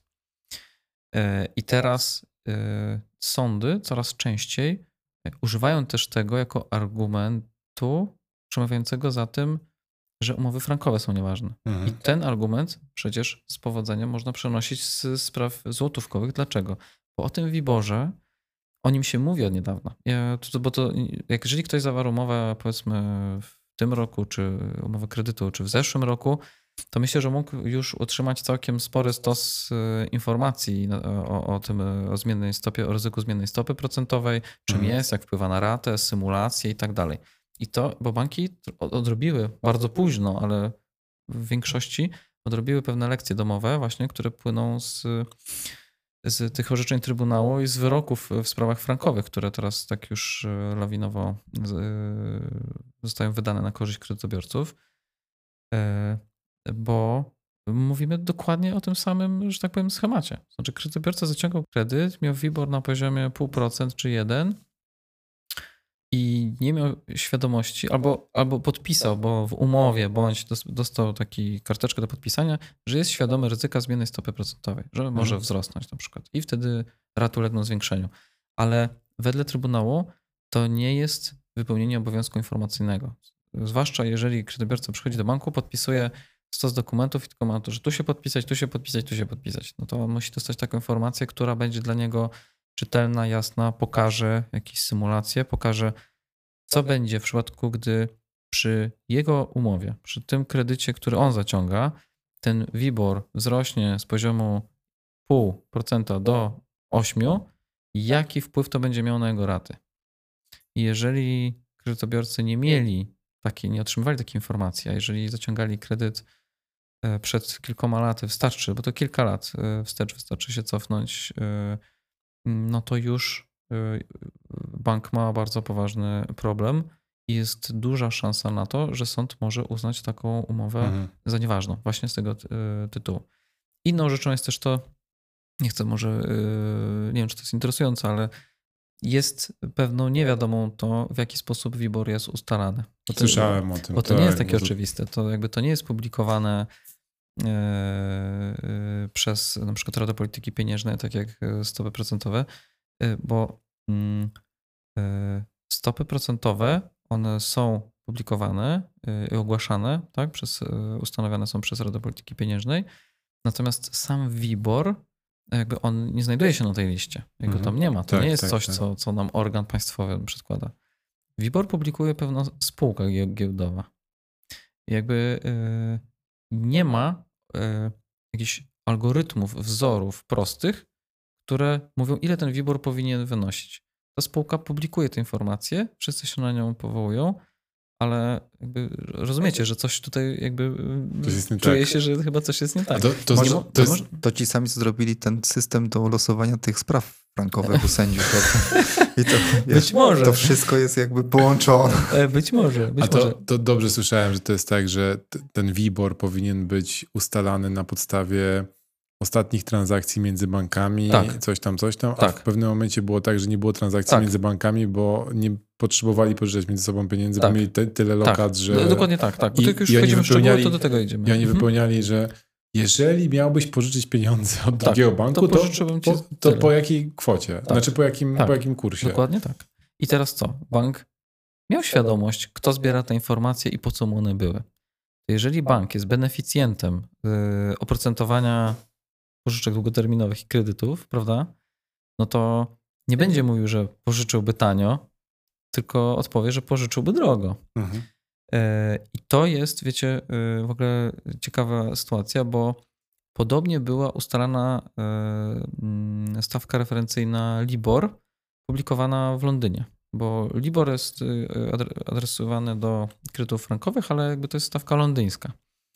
I teraz sądy coraz częściej używają też tego jako argumentu przemawiającego za tym, że umowy frankowe są nieważne. Mhm. I ten argument przecież z powodzeniem można przenosić z spraw złotówkowych. Dlaczego? Bo o tym wiborze o nim się mówi od niedawna. Ja, to, bo to, jak jeżeli ktoś zawarł umowę, powiedzmy w tym roku, czy umowę kredytu, czy w zeszłym roku, to myślę, że mógł już otrzymać całkiem spory stos informacji o, o tym, o zmiennej stopie, o ryzyku zmiennej stopy procentowej, czym mhm. jest, jak wpływa na ratę, symulacje i tak dalej. I to, bo banki odrobiły bardzo późno, ale w większości odrobiły pewne lekcje domowe właśnie, które płyną z, z tych orzeczeń Trybunału i z wyroków w sprawach frankowych, które teraz tak już lawinowo zostają wydane na korzyść kredytobiorców. Bo mówimy dokładnie o tym samym, że tak powiem, schemacie. Znaczy kredytobiorca zaciągał kredyt, miał WIBOR na poziomie zero przecinek pięć procent czy jeden i nie miał świadomości, albo, albo podpisał, bo w umowie bądź dostał taki karteczkę do podpisania, że jest świadomy ryzyka zmiennej stopy procentowej, że może hmm. wzrosnąć na przykład i wtedy raty ulegną zwiększeniu. Ale wedle Trybunału to nie jest wypełnienie obowiązku informacyjnego. Zwłaszcza jeżeli kredytobiorca przychodzi do banku, podpisuje stos dokumentów i tylko ma to, że tu się podpisać, tu się podpisać, tu się podpisać. No to on musi dostać taką informację, która będzie dla niego czytelna, jasna, pokaże jakieś symulacje, pokaże, co będzie w przypadku, gdy przy jego umowie, przy tym kredycie, który on zaciąga, ten WIBOR wzrośnie z poziomu zero przecinek pięć procent do osiem procent, jaki wpływ to będzie miało na jego raty. I jeżeli kredytobiorcy nie mieli takiej, nie otrzymywali takiej informacji, a jeżeli zaciągali kredyt przed kilkoma laty, wystarczy, bo to kilka lat wstecz, wystarczy się cofnąć, no to już bank ma bardzo poważny problem i jest duża szansa na to, że sąd może uznać taką umowę mhm. za nieważną, właśnie z tego tytułu. Inną rzeczą jest też to, nie chcę może, nie wiem, czy to jest interesujące, ale jest pewną niewiadomą to, w jaki sposób WIBOR jest ustalany. Bo to, Słyszałem o tym. Bo to tak, nie jest takie to... oczywiste. To jakby to nie jest publikowane yy, yy, przez na przykład Radę Polityki Pieniężnej, tak jak stopy procentowe, yy, bo yy, stopy procentowe, one są publikowane i yy, ogłaszane, tak, przez, yy, ustanawiane są przez Radę Polityki Pieniężnej, natomiast sam WIBOR jakby on nie znajduje się na tej liście. Jego mhm. tam nie ma. To tak, nie jest tak, coś, tak. Co, co nam organ państwowy przedkłada. WIBOR publikuje pewna spółka giełdowa. Jakby yy, nie ma yy, jakichś algorytmów, wzorów prostych, które mówią, ile ten WIBOR powinien wynosić. Ta spółka publikuje te informacje, wszyscy się na nią powołują, ale jakby rozumiecie, że coś tutaj jakby czuje tak. się, że chyba coś jest nie tak. To, to, może, to, to, jest, to ci sami zrobili ten system do losowania tych spraw frankowych u sędziów. I to, Być wiesz, może. To wszystko jest jakby połączone. Być może. Być A to, może. to dobrze słyszałem, że to jest tak, że ten WIBOR powinien być ustalany na podstawie ostatnich transakcji między bankami, Tak. coś tam, coś tam, a Tak. w pewnym momencie było tak, że nie było transakcji Tak. między bankami, bo nie potrzebowali pożyczać między sobą pieniędzy, Tak. bo mieli te, tyle lokat, Tak, że... dokładnie tak, tak. Bo I- jak już i oni wchodzimy w szczegóły, wypełniali- to do tego idziemy. I oni Mhm. wypełniali, że jeżeli miałbyś pożyczyć pieniądze od drugiego banku, to, pożyczyłbym ci po, to tyle. po jakiej kwocie? Tak. Znaczy po jakim, Tak. po jakim kursie? Dokładnie tak. I teraz co? Bank miał świadomość, kto zbiera te informacje i po co mu one były. Jeżeli bank jest beneficjentem yy, oprocentowania pożyczek długoterminowych i kredytów, prawda, no to nie będzie mówił, że pożyczyłby tanio, tylko odpowie, że pożyczyłby drogo. Mhm. Yy, I to jest, wiecie, yy, w ogóle ciekawa sytuacja, bo podobnie była ustalana yy, stawka referencyjna LIBOR publikowana w Londynie. Bo LIBOR jest adresowany do kredytów frankowych, ale jakby to jest stawka londyńska.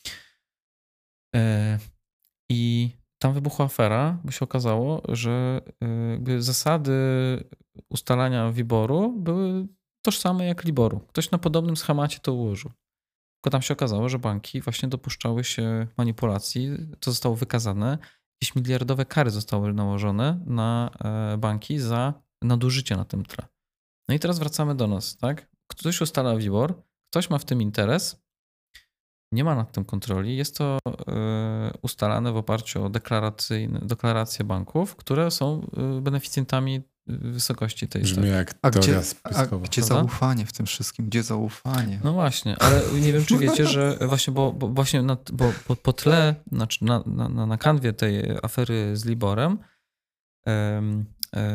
I tam wybuchła afera, bo się okazało, że jakby zasady ustalania WIBOR-u były tożsame jak LIBOR-u. Ktoś na podobnym schemacie to ułożył. Tylko tam się okazało, że banki właśnie dopuszczały się manipulacji. To zostało wykazane. Jakieś miliardowe kary zostały nałożone na banki za nadużycie na tym tle. No i teraz wracamy do nas, tak? Ktoś ustala WIBOR, ktoś ma w tym interes, nie ma nad tym kontroli. Jest to y, ustalane w oparciu o deklaracje banków, które są y, beneficjentami wysokości tej Brzmi stawki. jak A teoria gdzie, a spiskowa. gdzie Prawda? zaufanie w tym wszystkim? Gdzie zaufanie? No właśnie, ale nie wiem, czy wiecie, że właśnie, bo, bo właśnie na, bo, po, po tle, znaczy na, na, na kanwie tej afery z Liborem em,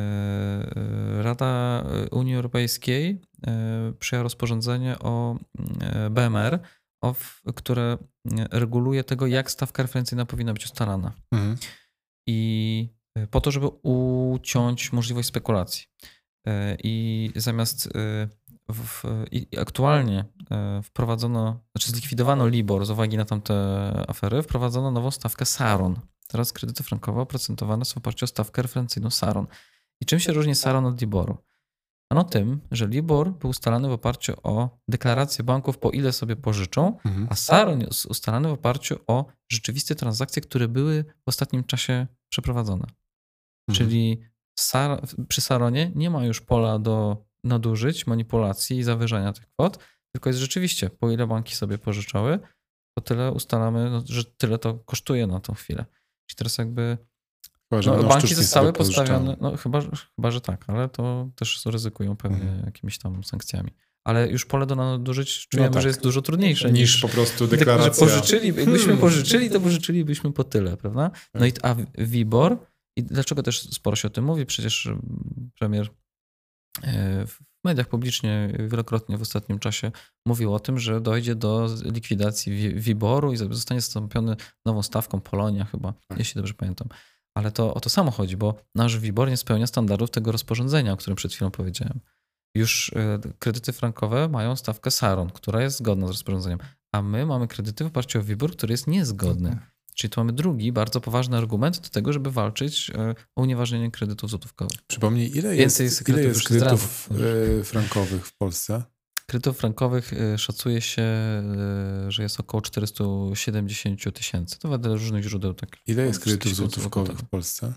e, Rada Unii Europejskiej e, przyjęła rozporządzenie o e, B M R, o, w- które reguluje tego, jak stawka referencyjna powinna być ustalana. Mhm. I po to, żeby uciąć możliwość spekulacji. E, I zamiast e, w, i aktualnie e, wprowadzono, znaczy zlikwidowano LIBOR z uwagi na tamte afery, wprowadzono nową stawkę SARON. Teraz kredyty frankowe oprocentowane są w oparciu o stawkę referencyjną SARON. I czym się różni SARON od LIBORu? Ano tym, że LIBOR był ustalany w oparciu o deklaracje banków, po ile sobie pożyczą, Mhm. a SARON jest ustalany w oparciu o rzeczywiste transakcje, które były w ostatnim czasie przeprowadzone. Mhm. Czyli Sar- przy Saronie nie ma już pola do nadużyć, manipulacji i zawyżania tych kwot, tylko jest rzeczywiście, po ile banki sobie pożyczały, to tyle ustalamy, no, że tyle to kosztuje na tą chwilę. Czyli teraz jakby Chyba, że no, będą banki sztucznie zostały sobie pożyczały. postawione, no chyba, chyba, że tak, ale to też ryzykują pewnie Mhm. jakimiś tam sankcjami. Ale już pole do nadużyć czujemy, tak. że jest dużo trudniejsze Niż niż po prostu że deklaracja. pożyczyli, jakbyśmy pożyczyli, to pożyczylibyśmy po tyle, prawda? No i a WIBOR, i dlaczego też sporo się o tym mówi, przecież mm, premier e, w mediach publicznie wielokrotnie w ostatnim czasie mówił o tym, że dojdzie do likwidacji wi- WIBOR-u i zostanie zastąpiony nową stawką Polonia chyba, jeśli dobrze pamiętam. Ale to o to samo chodzi, bo nasz WIBOR nie spełnia standardów tego rozporządzenia, o którym przed chwilą powiedziałem. Już e, kredyty frankowe mają stawkę SARON, która jest zgodna z rozporządzeniem, a my mamy kredyty w oparciu o WIBOR, który jest niezgodny. Czyli tu mamy drugi, bardzo poważny argument do tego, żeby walczyć e, o unieważnienie kredytów złotówkowych. Przypomnij, ile Więcej jest, sekretów ile jest już kredytów zdradzę. e, frankowych w Polsce? Kredytów frankowych e, szacuje się, e, że jest około czterysta siedemdziesiąt tysięcy. To wedle różnych źródeł. Tak, Ile jest wszystkie kredytów źródła złotówkowych tego. w Polsce?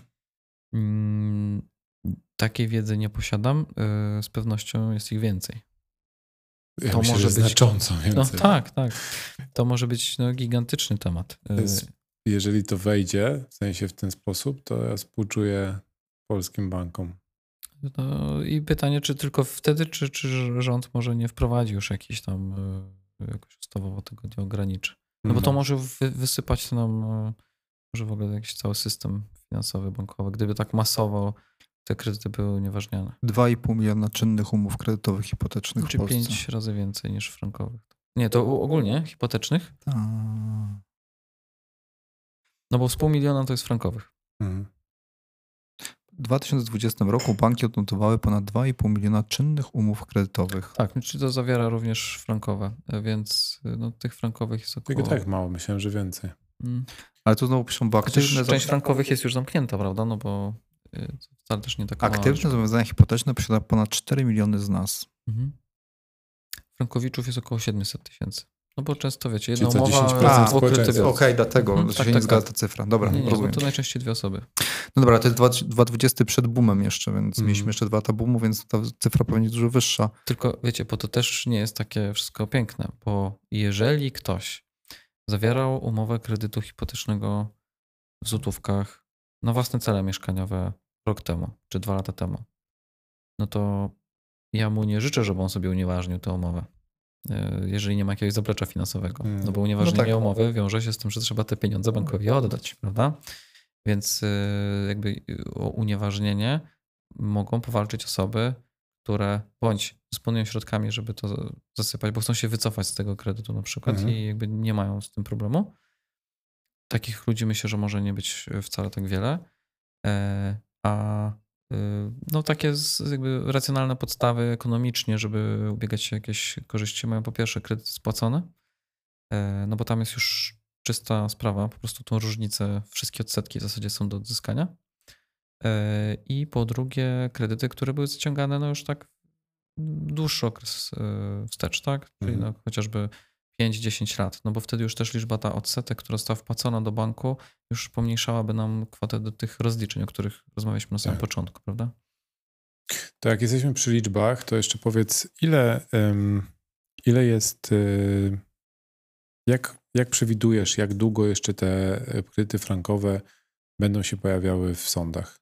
Mm, takiej wiedzy nie posiadam. E, z pewnością jest ich więcej. Ja To myślę, może że być- znacząco No więcej. tak, tak. To może być no, gigantyczny temat. E, Więc jeżeli to wejdzie, w sensie w ten sposób, to ja współczuję polskim bankom. No i pytanie, czy tylko wtedy, czy, czy rząd może nie wprowadzi już jakiś tam y, jakoś ustawowo tego nie ograniczy. No bo to może wy, wysypać nam y, może w ogóle jakiś cały system finansowy, bankowy, gdyby tak masowo te kredyty były unieważniane. dwa i pół miliona czynnych umów kredytowych hipotecznych w Czy Polsce. pięć razy więcej niż frankowych. Nie, to u- ogólnie hipotecznych, A, no bo z pół miliona to jest frankowych. Mhm. W dwa tysiące dwudziestym roku banki odnotowały ponad dwa i pół miliona czynnych umów kredytowych. Tak, no czyli to zawiera również frankowe, więc y, no, tych frankowych jest około... Tylko tak mało, myślałem, że więcej. Mm. Ale tu znowu piszą, bo Chociaż aktywne, część za... frankowych jest już zamknięta, prawda? No bo y, to wcale też nie taka mała aktywne liczba. zobowiązania hipoteczne posiada ponad cztery miliony z nas. Mhm. Frankowiczów jest około siedemset tysięcy. No bo często wiecie, Czyli jedna co, umowa, dziesięć procent dwóch społeczeństwa. kredytów. Okej, dlatego, Mhm, że tak, się tak, nie zgadza tak. ta cyfra. Dobra, Nie, nie, bo rozumiem. to najczęściej dwie osoby. No dobra, to jest dwa tysiące dwudziesty przed boomem jeszcze, więc Mhm. mieliśmy jeszcze dwa lata boomu, więc ta cyfra pewnie dużo wyższa. Tylko wiecie, bo to też nie jest takie wszystko piękne, bo jeżeli ktoś zawierał umowę kredytu hipotecznego w złotówkach na własne cele mieszkaniowe rok temu, czy dwa lata temu, no to ja mu nie życzę, żeby on sobie unieważnił tę umowę, e, jeżeli nie ma jakiegoś zaplecza finansowego. Mm. No bo unieważnienie No tak. umowy wiąże się z tym, że trzeba te pieniądze bankowi oddać, prawda? Więc e, jakby o unieważnienie mogą powalczyć osoby, które bądź dysponują środkami, żeby to zasypać, bo chcą się wycofać z tego kredytu na przykład Mhm. i jakby nie mają z tym problemu. Takich ludzi myślę, że może nie być wcale tak wiele. E, A y, no takie z- jakby racjonalne podstawy ekonomicznie, żeby ubiegać się o jakieś korzyści, mają po pierwsze kredyt spłacony, e, no bo tam jest już czysta sprawa, po prostu tą różnicę, wszystkie odsetki w zasadzie są do odzyskania. E, I po drugie kredyty, które były zaciągane no już tak dłuższy okres e, wstecz, tak? Czyli Mhm. no chociażby pięć dziesięć lat, no bo wtedy już też liczba ta odsetek, która została wpłacona do banku, już pomniejszałaby nam kwotę do tych rozliczeń, o których rozmawialiśmy na samym Tak. początku, prawda? To jak jesteśmy przy liczbach, to jeszcze powiedz, ile, em, ile jest, y, jak, jak przewidujesz, jak długo jeszcze te e, kredyty frankowe będą się pojawiały w sądach?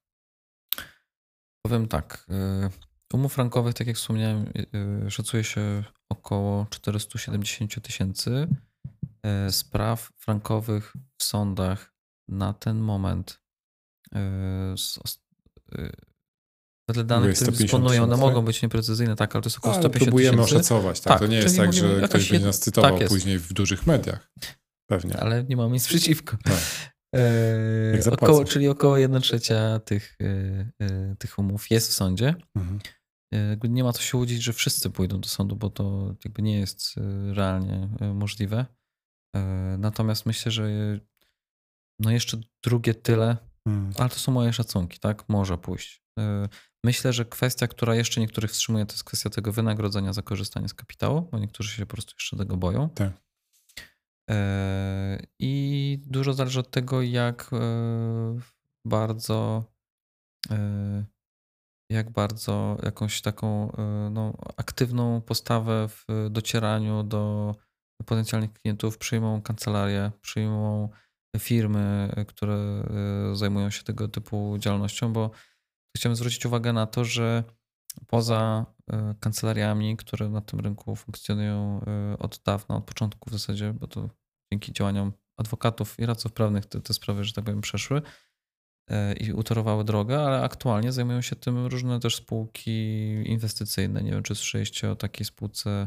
Powiem tak, y, umów frankowych, tak jak wspomniałem, y, y, szacuje się około czterysta siedemdziesiąt tysięcy. Y, Spraw frankowych w sądach na ten moment y, z os- y, wedle danych, Mówiłeś którymi sto pięćdziesiąt dysponują, one tysięcy? mogą być nieprecyzyjne, tak, ale to jest około Ale sto pięćdziesiąt próbujemy tysięcy. oszacować, tak? Tak, To nie jest czyli tak, mówimy że jakaś ktoś będzie jedna- nas cytował tak jest. później w dużych mediach. Pewnie. Ale nie mam nic przeciwko. Tak. E, Jak zapłacą. około, czyli około jedna trzecia tych, e, e, tych umów jest w sądzie. Mhm. E, jakby nie ma co się łudzić, że wszyscy pójdą do sądu, bo to jakby nie jest e, realnie e, możliwe. E, Natomiast myślę, że no jeszcze drugie tyle, Mhm. ale to są moje szacunki, tak? Może pójść. E, Myślę, że kwestia, która jeszcze niektórych wstrzymuje, to jest kwestia tego wynagrodzenia za korzystanie z kapitału, bo niektórzy się po prostu jeszcze tego boją. Tak. E, I dużo zależy od tego, jak e, bardzo, e, jak bardzo jakąś taką e, no, aktywną postawę w docieraniu do potencjalnych klientów przyjmą kancelarie, przyjmą firmy, które e, zajmują się tego typu działalnością, bo chciałem zwrócić uwagę na to, że poza e, kancelariami, które na tym rynku funkcjonują e, od dawna, od początku w zasadzie, bo to dzięki działaniom adwokatów i radców prawnych te, te sprawy, że tak powiem, przeszły e, i utorowały drogę, ale aktualnie zajmują się tym różne też spółki inwestycyjne. Nie wiem, czy słyszeliście o takiej spółce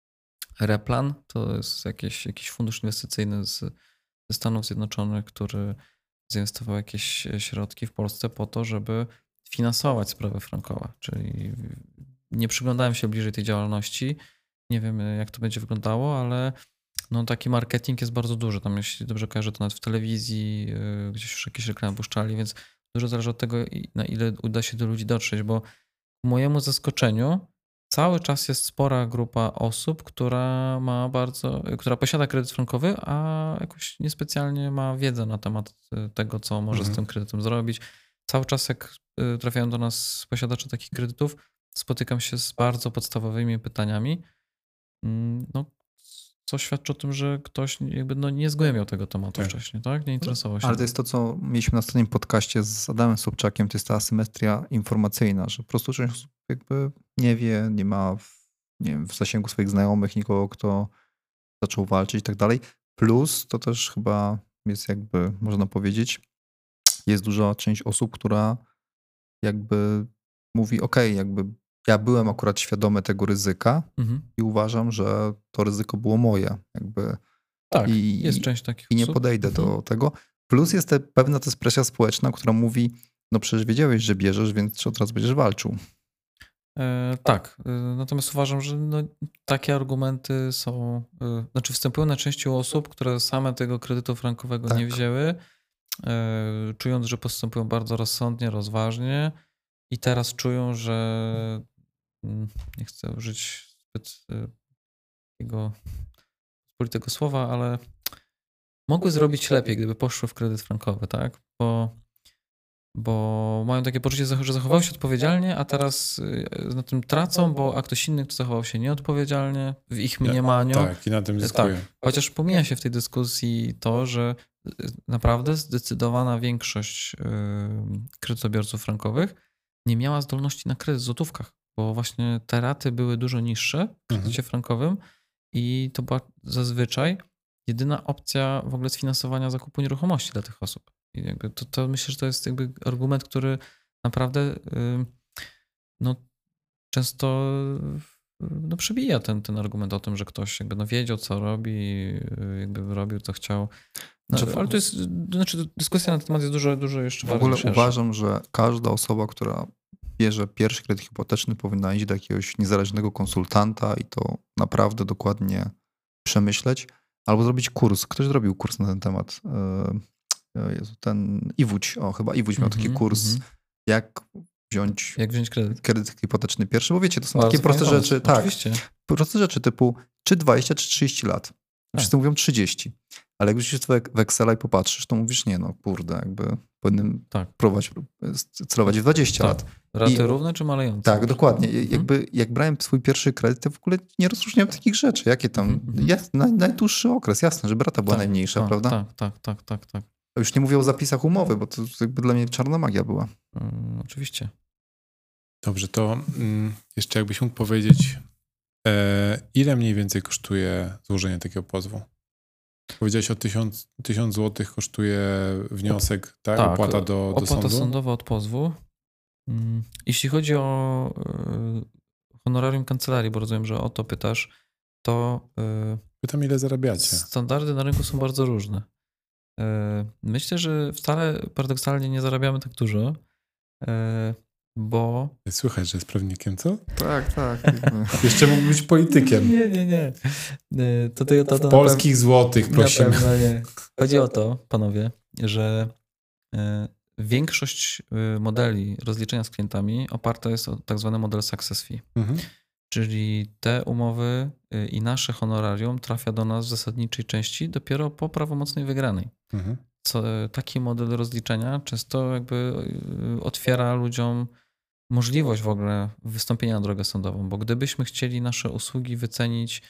Replan. To jest jakiś, jakiś fundusz inwestycyjny z, ze Stanów Zjednoczonych, który zainwestował jakieś środki w Polsce po to, żeby finansować sprawy frankowe. Czyli nie przyglądałem się bliżej tej działalności. Nie wiem, jak to będzie wyglądało, ale no taki marketing jest bardzo duży. Tam, jeśli dobrze kojarzę, to nawet w telewizji yy, gdzieś już jakieś reklamy puszczali, więc dużo zależy od tego, i- na ile uda się do ludzi dotrzeć, bo ku mojemu zaskoczeniu cały czas jest spora grupa osób, która ma bardzo, która posiada kredyt frankowy, a jakoś niespecjalnie ma wiedzę na temat y, tego, co może Mhm. z tym kredytem zrobić. Cały czas, jak y, trafiają do nas posiadacze takich kredytów, spotykam się z bardzo podstawowymi pytaniami, mm, no, co świadczy o tym, że ktoś jakby no nie zgłębiał tego tematu Tak. wcześniej, tak? Nie interesował się. Ale to jest to, co mieliśmy na ostatnim podcaście z Adamem Sobczakiem, to jest ta asymetria informacyjna, że po prostu część osób jakby nie wie, nie ma w, nie wiem, w zasięgu swoich znajomych nikogo, kto zaczął walczyć i tak dalej. Plus to też chyba jest jakby, można powiedzieć, jest duża część osób, która jakby mówi, ok, jakby ja byłem akurat świadomy tego ryzyka Mhm. i uważam, że to ryzyko było moje. Jakby Tak, I- jest część takich i nie osób. podejdę Mhm. do tego. Plus jest te, pewna też presja społeczna, która mówi, no przecież wiedziałeś, że bierzesz, więc od razu będziesz walczył. E, tak, e, natomiast uważam, że no, takie argumenty są, e, znaczy występują na części u osób, które same tego kredytu frankowego Tak. nie wzięły, e, czując, że postępują bardzo rozsądnie, rozważnie i teraz czują, że mm, nie chcę użyć zbyt e, takiego pospolitego słowa, ale mogły zrobić lepiej, gdyby poszły w kredyt frankowy, tak? Bo, bo mają takie poczucie, że zachowały się odpowiedzialnie, a teraz na tym tracą, bo a ktoś inny, kto zachował się nieodpowiedzialnie w ich mniemaniu. Tak, i na tym zyskuje. Tak, chociaż pomija się w tej dyskusji to, że naprawdę zdecydowana większość kredytobiorców frankowych nie miała zdolności na kredyt w złotówkach, bo właśnie te raty były dużo niższe w kredycie mhm. frankowym i to była zazwyczaj jedyna opcja w ogóle sfinansowania zakupu nieruchomości dla tych osób. I jakby to, to myślę, że to jest jakby argument, który naprawdę no, często no, przebija ten, ten argument o tym, że ktoś jakby no, wiedział, co robi, jakby robił, co chciał. No, ale to jest, znaczy dyskusja na ten temat jest dużo, dużo jeszcze bardziej W ogóle uważam, że każda osoba, która bierze pierwszy kredyt hipoteczny, powinna iść do jakiegoś niezależnego konsultanta i to naprawdę dokładnie przemyśleć. Albo zrobić kurs. Ktoś zrobił kurs na ten temat. Jezu, ten Iwódź, o chyba Iwódź miał taki mm-hmm, kurs, mm-hmm. jak wziąć, jak wziąć kredyt. kredyt hipoteczny pierwszy, bo wiecie, to są Bardzo takie proste rzeczy. Tak, oczywiście. Proste rzeczy typu czy dwadzieścia, czy trzydzieści lat. Wszyscy tak. mówią trzydzieści. Ale jak wrzucisz w Excela i popatrzysz, to mówisz, nie no, kurde, jakby powinienem tak. próbować celować w dwadzieścia tak. lat. Raty I, równe czy malejące? Tak, dokładnie. Hmm. Jakby, jak brałem swój pierwszy kredyt, to w ogóle nie rozróżniałem takich rzeczy. Jakie tam, hmm. jest naj, najdłuższy okres, jasne, że rata była tak, najmniejsza, tak, prawda? Tak, tak, tak, tak, tak. Już nie mówię o zapisach umowy, bo to jakby dla mnie czarna magia była. Hmm, oczywiście. Dobrze, to mm, jeszcze jakbyś mógł powiedzieć, e, ile mniej więcej kosztuje złożenie takiego pozwu? Powiedziałeś o tysiąc, tysiąc złotych kosztuje wniosek, tak? tak opłata do, do opłata sądu? sądowa od pozwu. Jeśli chodzi o honorarium kancelarii, bo rozumiem, że o to pytasz, to... Pytam, ile zarabiacie? Standardy na rynku są bardzo różne. Myślę, że wcale paradoksalnie nie zarabiamy tak dużo, bo... Słychać, że jest prawnikiem, co? Tak, tak. Jeszcze mógł być politykiem. Nie, nie, nie. To, to, to, to Polskich złotych, prosimy. Na pewno nie. Chodzi o to, panowie, że większość modeli rozliczenia z klientami oparta jest o tak zwany model success fee. Mhm. Czyli te umowy i nasze honorarium trafia do nas w zasadniczej części dopiero po prawomocnej wygranej. Mhm. Co, taki model rozliczenia często jakby otwiera ludziom możliwość w ogóle wystąpienia na drogę sądową, bo gdybyśmy chcieli nasze usługi wycenić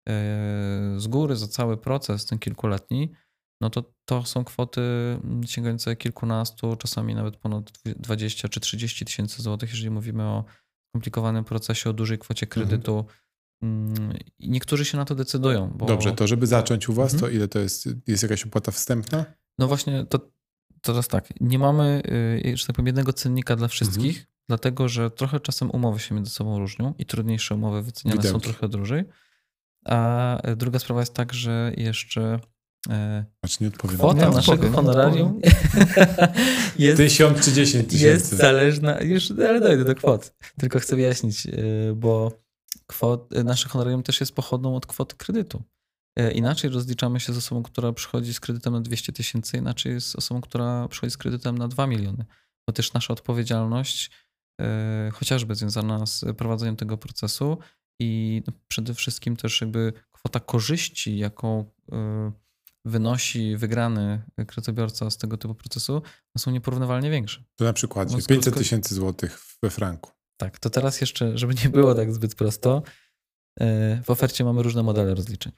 z góry za cały proces, ten kilkuletni, no to to są kwoty sięgające kilkunastu, czasami nawet ponad dwadzieścia czy trzydzieści tysięcy złotych, jeżeli mówimy o skomplikowanym procesie, o dużej kwocie kredytu. Mhm. I niektórzy się na to decydują. Bo... Dobrze, to żeby zacząć u was, mhm. to ile to jest? Jest jakaś opłata wstępna? No właśnie, to teraz tak, nie mamy, że tak powiem, jednego cennika dla wszystkich, mhm. dlatego że trochę czasem umowy się między sobą różnią i trudniejsze umowy wyceniane Widełki. są trochę drożej. A druga sprawa jest tak, że jeszcze Znaczy nie odpowiem. kwota nie naszego odpowiem, honorarium jest, tysiąc czy dziesięć tysięcy. Jest zależna, już ale dojdę do kwot, tylko chcę wyjaśnić, bo kwot, nasze honorarium też jest pochodną od kwoty kredytu. Inaczej rozliczamy się z osobą, która przychodzi z kredytem na dwieście tysięcy, inaczej z osobą, która przychodzi z kredytem na dwa miliony. Bo też nasza odpowiedzialność, chociażby związana z prowadzeniem tego procesu i przede wszystkim też jakby kwota korzyści, jaką wynosi wygrany kredytobiorca z tego typu procesu, są nieporównywalnie większe. To na przykład no, pięćset tysięcy złotych we franku. Tak, to teraz jeszcze, żeby nie było tak zbyt prosto, w ofercie mamy różne modele rozliczeń.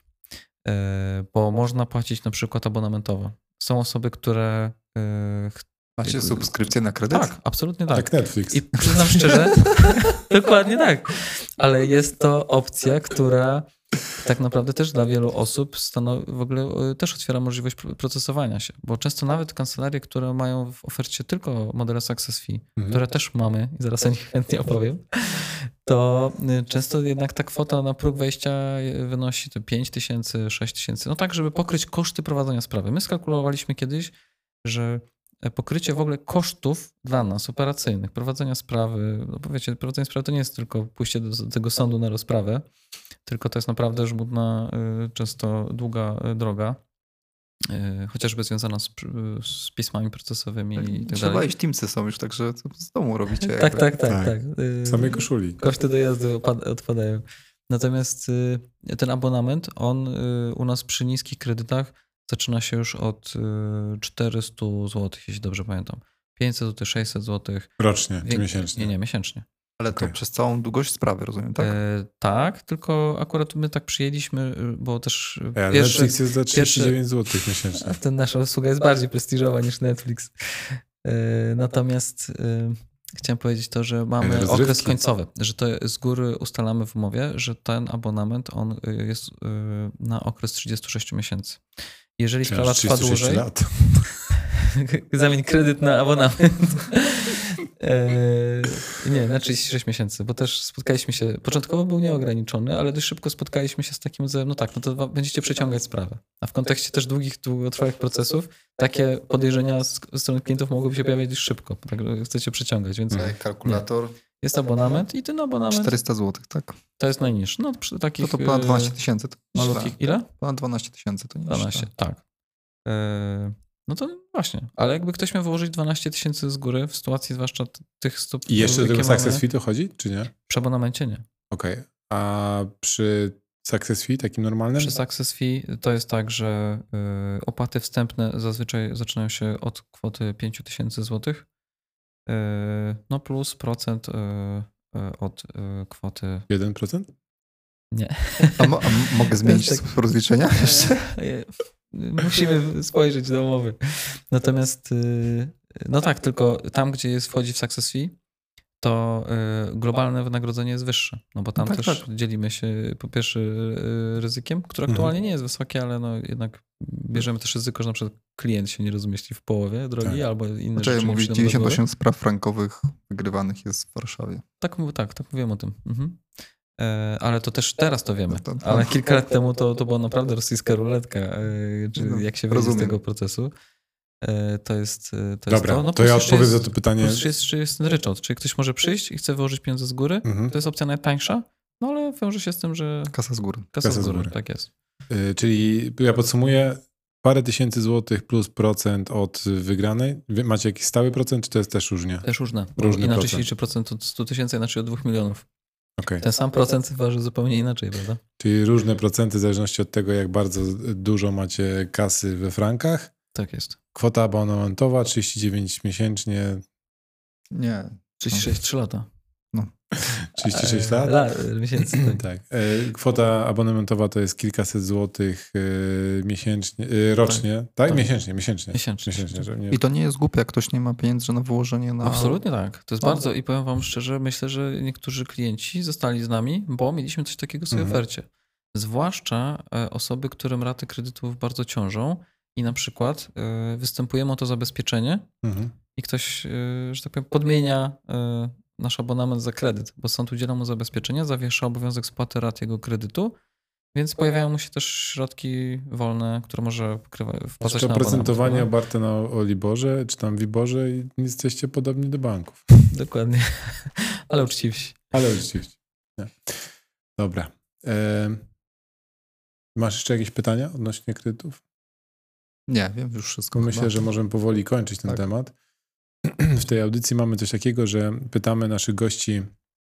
Bo można płacić na przykład abonamentowo. Są osoby, które... Macie subskrypcję na kredyt? Tak, absolutnie tak. Jak Netflix. I przyznam szczerze, dokładnie tak. Ale jest to opcja, która tak naprawdę też dla wielu osób stanowi, w ogóle też otwiera możliwość procesowania się. Bo często nawet kancelarie, które mają w ofercie tylko modele success fee, mhm. które też mamy i zaraz o nich chętnie opowiem, to często jednak ta kwota na próg wejścia wynosi to pięć tysięcy, sześć tysięcy. No tak, żeby pokryć koszty prowadzenia sprawy. My skalkulowaliśmy kiedyś, że pokrycie w ogóle kosztów dla nas operacyjnych, prowadzenia sprawy, no powiecie, prowadzenie sprawy to nie jest tylko pójście do tego sądu na rozprawę, tylko to jest naprawdę żmudna, często długa droga, chociażby związana z, z pismami procesowymi tak, i tak trzeba dalej. iść, Teamsy są już, także z domu robicie. Tak, tak, tak, tak, tak. Samej koszuli. Koszty dojazdu odpadają. Natomiast y, ten abonament, on y, u nas przy niskich kredytach zaczyna się już od y, czterysta złotych, jeśli dobrze pamiętam. pięćset złotych, sześćset złotych. Rocznie czy miesięcznie? Nie, nie, miesięcznie. Ale okay. To przez całą długość sprawy, rozumiem, tak? E, tak, tylko akurat my tak przyjęliśmy, bo też ja, pierwszy, Netflix jest za trzydzieści dziewięć złotych miesięcznie. Ten nasza usługa jest bardziej prestiżowa niż Netflix. E, natomiast e, chciałem powiedzieć to, że mamy Rozrywki. okres końcowy, że to z góry ustalamy w umowie, że ten abonament on jest na okres trzydzieści sześć miesięcy. Jeżeli sprawa trwa dłużej, lat. zamień kredyt na abonament. Eee, nie, na trzydzieści sześć miesięcy, bo też spotkaliśmy się, początkowo był nieograniczony, ale dość szybko spotkaliśmy się z takim, że no tak, no to będziecie przeciągać sprawę. A w kontekście też długich, długotrwałych procesów takie podejrzenia z strony klientów mogłyby się pojawiać dość szybko, tak, chcecie przeciągać, więc... Kalkulator. Nie. Jest abonament i ten abonament... czterysta złotych, tak? To jest najniższy. No przy takich... To, to ponad dwanaście tysięcy. Malutkich, ile? Ponad dwanaście tysięcy, to nie dwanaście, tak. Eee, No to właśnie, ale jakby ktoś miał wyłożyć dwanaście tysięcy z góry w sytuacji zwłaszcza tych stóp... I jeszcze do tego success fee to chodzi, czy nie? Przy abonamencie nie. Okej, okay. A przy success fee takim normalnym? Przy success fee to jest tak, że y, opłaty wstępne zazwyczaj zaczynają się od kwoty pięć tysięcy złotych, y, no plus procent y, y, od y, kwoty... jeden procent? Nie. A, mo- a mogę zmienić tak... sposób rozliczenia jeszcze? Musimy spojrzeć do umowy. Natomiast, no tak, tylko tam, gdzie jest wchodzi w success fee, to globalne wynagrodzenie jest wyższe. No bo tam tak, też tak. dzielimy się po pierwsze ryzykiem, które aktualnie mhm. nie jest wysokie, ale no jednak bierzemy też ryzyko, że na przykład klient się nie rozmyśli w połowie drogi tak. albo inne znaczy, rzeczy. Mówi, dziewięćdziesiąt osiem spraw frankowych wygrywanych jest w Warszawie. Tak, tak, tak mówiłem o tym. Mhm. Ale to też teraz to wiemy. Ale kilka lat temu to, to była naprawdę rosyjska ruletka, czy jak się wyjdzie z tego procesu. To jest to. Dobra, jest to. No, to ja odpowiem za to pytanie. Plus jest, czy jest ten ryczałt, czyli ktoś może przyjść i chce wyłożyć pieniądze z góry, mhm. to jest opcja najtańsza, no ale wiąże się z tym, że... Kasa z góry. Kasa, Kasa z, góry, z góry, tak jest. Yy, czyli ja podsumuję, parę tysięcy złotych plus procent od wygranej. Macie jakiś stały procent, czy to jest też różnie? Też różne. Różny inaczej procent. się liczy procent od stu tysięcy, inaczej od dwóch milionów. Okay. Ten sam procent waży zupełnie inaczej, prawda? Czyli różne procenty w zależności od tego, jak bardzo dużo macie kasy we frankach. Tak jest. Kwota abonamentowa trzydzieści dziewięć miesięcznie. Nie. trzydzieści sześć, trzy lata. No. trzydzieści sześć lat? La, miesięcy. Tak. tak. Kwota abonamentowa to jest kilkaset złotych miesięcznie, rocznie. Tak? tak? tak. Miesięcznie, miesięcznie. Miesięcznie. miesięcznie że nie... I to nie jest głupie, jak ktoś nie ma pieniędzy na wyłożenie na... Absolutnie tak. To jest no. bardzo, i powiem wam szczerze, myślę, że niektórzy klienci zostali z nami, bo mieliśmy coś takiego w swojej mhm. ofercie. Zwłaszcza osoby, którym raty kredytów bardzo ciążą i na przykład występujemy o to zabezpieczenie mhm. i ktoś, że tak powiem, podmienia nasz abonament za kredyt, bo sąd udziela mu zabezpieczenia, zawiesza obowiązek spłaty rat jego kredytu, więc pojawiają mu się też środki wolne, które może pokrywać wpłacać na abonament. Procentowanie oparte na Oliborze, czy tam Wiborze i jesteście podobni do banków. Dokładnie. Ale uczciwsi. Ale uczciwsi. Nie. Dobra. E... Masz jeszcze jakieś pytania odnośnie kredytów? Nie, wiem już wszystko. Myślę, chyba. że możemy powoli kończyć ten tak. temat. W tej audycji mamy coś takiego, że pytamy naszych gości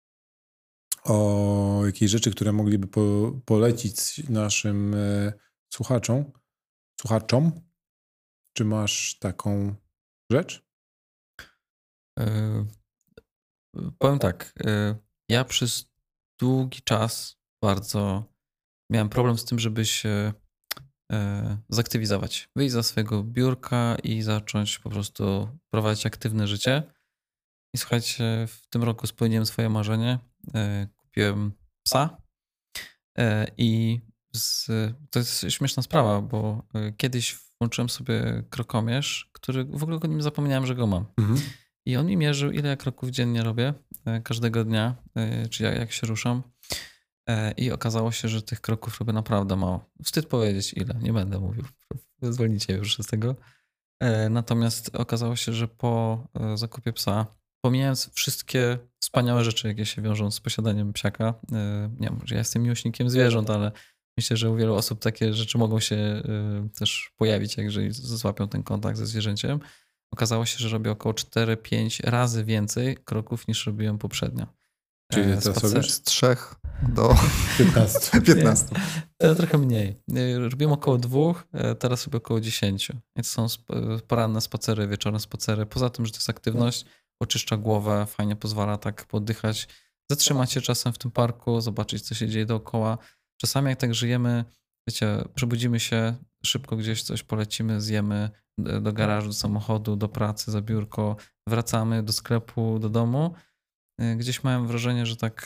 o jakieś rzeczy, które mogliby po, polecić naszym e, słuchaczom. Słuchaczom. Czy masz taką rzecz? Yy, powiem tak. Yy, ja przez długi czas bardzo miałem problem z tym, żeby się zaktywizować. Wyjść za swojego biurka i zacząć po prostu prowadzić aktywne życie. I słuchajcie, w tym roku spełniłem swoje marzenie. Kupiłem psa i z, to jest śmieszna sprawa, bo kiedyś włączyłem sobie krokomierz, który w ogóle o nim zapomniałem, że go mam. Mhm. I on mi mierzył, ile ja kroków dziennie robię każdego dnia, czy jak, jak się ruszam. I okazało się, że tych kroków robię naprawdę mało. Wstyd powiedzieć ile, nie będę mówił. Zwolnicie już z tego. Natomiast okazało się, że po zakupie psa, pomijając wszystkie wspaniałe rzeczy, jakie się wiążą z posiadaniem psiaka, nie wiem, że ja jestem miłośnikiem zwierząt, ale myślę, że u wielu osób takie rzeczy mogą się też pojawić, jeżeli złapią ten kontakt ze zwierzęciem. Okazało się, że robię około cztery pięć razy więcej kroków niż robiłem poprzednio. Czyli to sobie z trzech do piętnaście. piętnastu. Nie, trochę mniej. Robiłem około dwóch, teraz robię około dziesięciu. I to są poranne spacery, wieczorne spacery. Poza tym, że to jest aktywność, oczyszcza głowę, fajnie pozwala tak poddychać, zatrzymać się czasem w tym parku, zobaczyć, co się dzieje dookoła. Czasami jak tak żyjemy, wiecie, przebudzimy się, szybko gdzieś coś polecimy, zjemy, do garażu, do samochodu, do pracy, za biurko, wracamy do sklepu, do domu. Gdzieś miałem wrażenie, że tak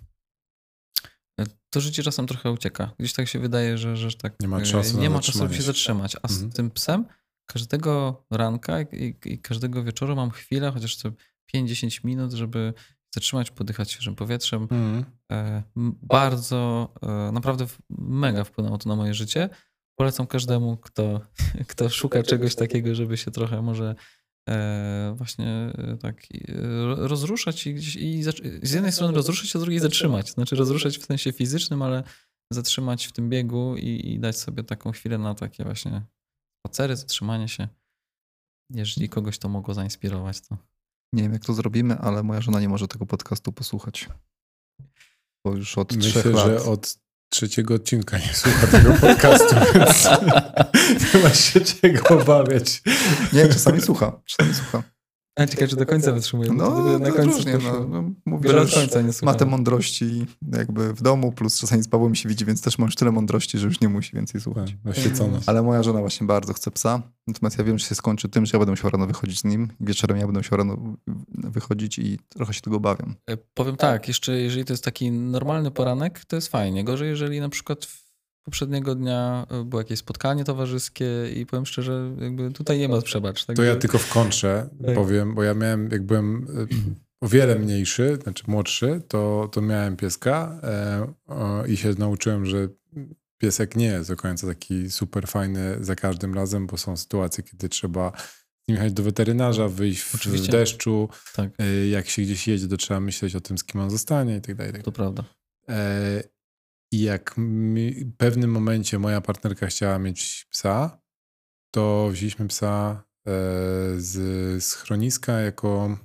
to życie czasem trochę ucieka. Gdzieś tak się wydaje, że, że tak nie ma czasu, nie na ma czasu, żeby się się. zatrzymać. A z Mhm. tym psem każdego ranka i, i każdego wieczoru mam chwilę, chociaż to pięć dziesięć minut, żeby zatrzymać, podychać świeżym powietrzem. Mhm. E, bardzo, e, naprawdę mega wpłynęło to na moje życie. Polecam każdemu, kto, kto szuka czegoś takiego, żeby się trochę może e, właśnie e, tak e, rozruszać i, gdzieś, i z jednej strony rozruszać, a z drugiej zatrzymać. Znaczy rozruszać w sensie fizycznym, ale zatrzymać w tym biegu i, i dać sobie taką chwilę na takie właśnie spacery, zatrzymanie się. Jeżeli kogoś to mogło zainspirować, to... Nie wiem, jak to zrobimy, ale moja żona nie może tego podcastu posłuchać. Bo już od Myślę, trzech lat... że od trzeciego odcinka nie słucha tego podcastu, więc nie ma się czego obawiać. Nie, czasami słucha. Czasami słucha. A ciekawe, czy do końca wytrzymuje. No, na to końcu różnie. No, no, mówi, że że do już końca nie ma słuchamy. te mądrości jakby w domu, plus czasami z Pawłem się widzi, więc też ma już tyle mądrości, że już nie musi więcej słuchać. Tak, oświecona. Ale moja żona właśnie bardzo chce psa. Natomiast ja wiem, że się skończy tym, że ja będę musiał rano wychodzić z nim. Wieczorem ja będę musiał rano wychodzić i trochę się tego obawiam. E, Powiem tak, jeszcze jeżeli to jest taki normalny poranek, to jest fajnie. Gorzej, jeżeli na przykład poprzedniego dnia było jakieś spotkanie towarzyskie i powiem szczerze, jakby tutaj nie ma przebacz. To ja tylko w kontrze Tak. powiem, bo ja miałem, jak byłem o wiele mniejszy, znaczy młodszy, to, to miałem pieska e, o, i się nauczyłem, że piesek nie jest do końca taki super fajny za każdym razem, bo są sytuacje, kiedy trzeba z nim jechać do weterynarza, wyjść w, w deszczu. Tak. E, jak się gdzieś jedzie, to trzeba myśleć o tym, z kim on zostanie i tak dalej. To prawda. E, I jak mi, w pewnym momencie moja partnerka chciała mieć psa, to wzięliśmy psa e, z schroniska jako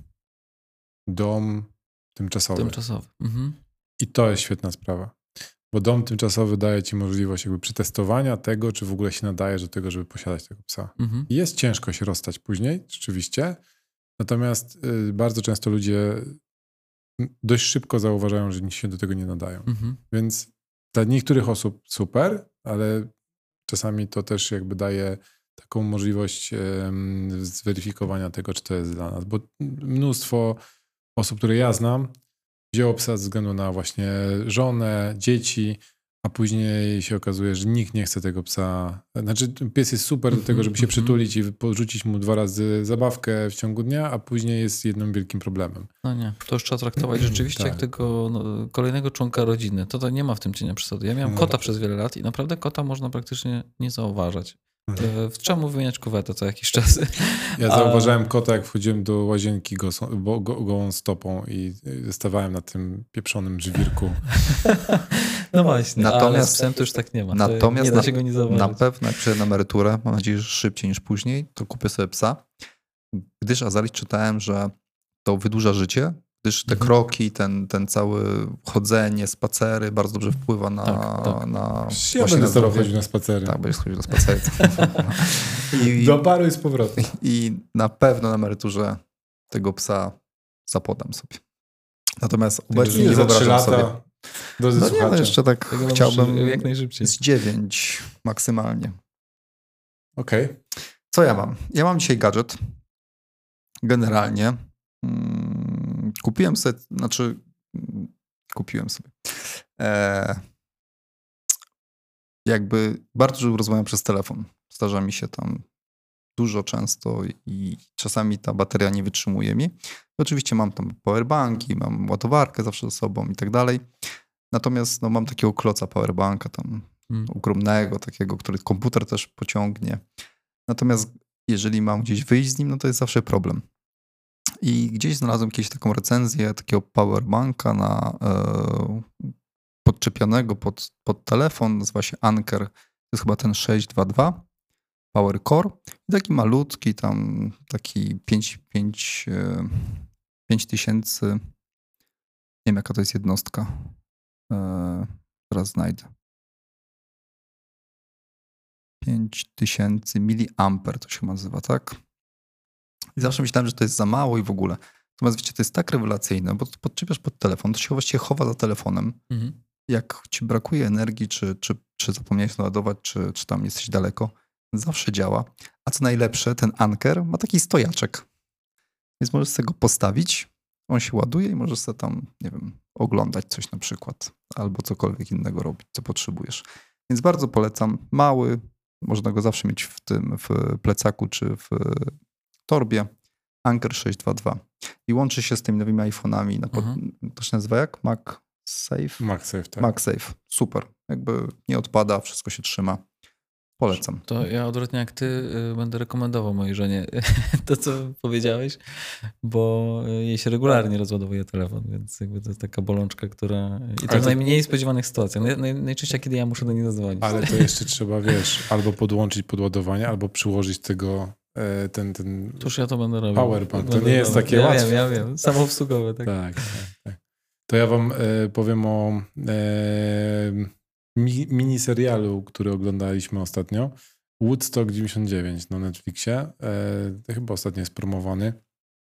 dom tymczasowy. Tymczasowy. Mhm. I to jest świetna sprawa. Bo dom tymczasowy daje ci możliwość jakby przetestowania tego, czy w ogóle się nadajesz do tego, żeby posiadać tego psa. Mhm. I jest ciężko się rozstać później, rzeczywiście. Natomiast y, bardzo często ludzie dość szybko zauważają, że nic się do tego nie nadają. Mhm. Więc dla niektórych osób super, ale czasami to też jakby daje taką możliwość um, zweryfikowania tego, czy to jest dla nas. Bo mnóstwo osób, które ja znam, wzięło psa ze względu na właśnie żonę, dzieci, a później się okazuje, że nikt nie chce tego psa. Znaczy pies jest super do tego, żeby się przytulić i porzucić mu dwa razy zabawkę w ciągu dnia, a później jest jednym wielkim problemem. No nie, to już trzeba traktować rzeczywiście tak. jak tego no, kolejnego członka rodziny. To, to nie ma w tym cienia przesady. Ja miałem No. kota przez wiele lat i naprawdę kota można praktycznie nie zauważać. Mhm. Trzeba mu wymieniać kuwetę co jakiś czas. Ja zauważałem kota, jak wchodziłem do łazienki go, go, go, gołą stopą i stawałem na tym pieprzonym żwirku. No właśnie, natomiast, ale z psem to już tak nie ma. Natomiast nie da się go nie zauważyć. Na pewno jak przyjdę na emeryturę, mam nadzieję, że szybciej niż później, to kupię sobie psa. Gdyż Azali czytałem, że to wydłuża życie, gdyż te mhm. kroki, ten, ten cały chodzenie, spacery bardzo dobrze wpływa na... Tak, tak. na ja będę z tobą chodził na spacery. Tak, będziesz chodził na spacery. I, do baru i z powrotem. I na pewno na emeryturze tego psa zapodam sobie. Natomiast obecnie nie wyobrażam sobie. Drodzy no nie, no jeszcze tak Tego chciałbym jak najszybciej. z dziewięć maksymalnie. Okej. Okay. Co ja mam? Ja mam dzisiaj gadżet. Generalnie. Hmm, kupiłem sobie, znaczy kupiłem sobie. E, jakby bardzo dużo rozmawiam przez telefon. Zdarza mi się tam dużo często i czasami ta bateria nie wytrzymuje mi. Oczywiście mam tam powerbanki, mam ładowarkę zawsze ze sobą i tak dalej. Natomiast no, mam takiego kloca powerbanka tam hmm. ogromnego, takiego, który komputer też pociągnie. Natomiast jeżeli mam gdzieś wyjść z nim, no to jest zawsze problem. I gdzieś znalazłem kiedyś taką recenzję takiego powerbanka na, e, podczepionego pod, pod telefon, nazywa się Anker. To jest chyba ten sześć dwa dwa Power Core. I taki malutki, tam taki pięć tysięcy, nie wiem jaka to jest jednostka. E, teraz znajdę. pięć tysięcy miliamper to się nazywa, tak? I zawsze myślałem, że to jest za mało i w ogóle. Natomiast wiecie, to jest tak rewelacyjne, bo podczepiasz pod telefon, to się właściwie chowa za telefonem. Mhm. Jak ci brakuje energii, czy, czy, czy zapomniałeś naładować, czy, czy tam jesteś daleko, zawsze działa. A co najlepsze, ten Anker ma taki stojaczek. Więc możesz sobie go postawić, on się ładuje i możesz sobie tam, nie wiem, oglądać coś na przykład. Albo cokolwiek innego robić, co potrzebujesz. Więc bardzo polecam. Mały, można go zawsze mieć w tym, w plecaku, czy w torbie. Anker sześćset dwadzieścia dwa. I łączy się z tymi nowymi iPhone'ami. Na pod... To się nazywa jak? MagSafe? MagSafe, tak. MagSafe. Super. Jakby nie odpada, wszystko się trzyma. Polecam. To ja odwrotnie jak ty y, będę rekomendował mojej żonie to, co powiedziałeś, bo jej się regularnie rozładowuje telefon, więc jakby to jest taka bolączka, która... I to w najmniej spodziewanych sytuacjach. Naj, naj, najczęściej, kiedy ja muszę do niej zadzwonić. Ale to jeszcze trzeba, wiesz, albo podłączyć podładowanie, albo przyłożyć tego ten, ten Tuż ja to będę robił. Powerbank. To nie jest takie ja łatwe. Wiem, ja wiem. Samoobsługowe. Tak. Tak, tak, tak. To ja wam e, powiem o e, mi, mini serialu, który oglądaliśmy ostatnio. Woodstock dziewięćdziesiąt dziewięć na Netflixie. E, chyba ostatnio jest promowany.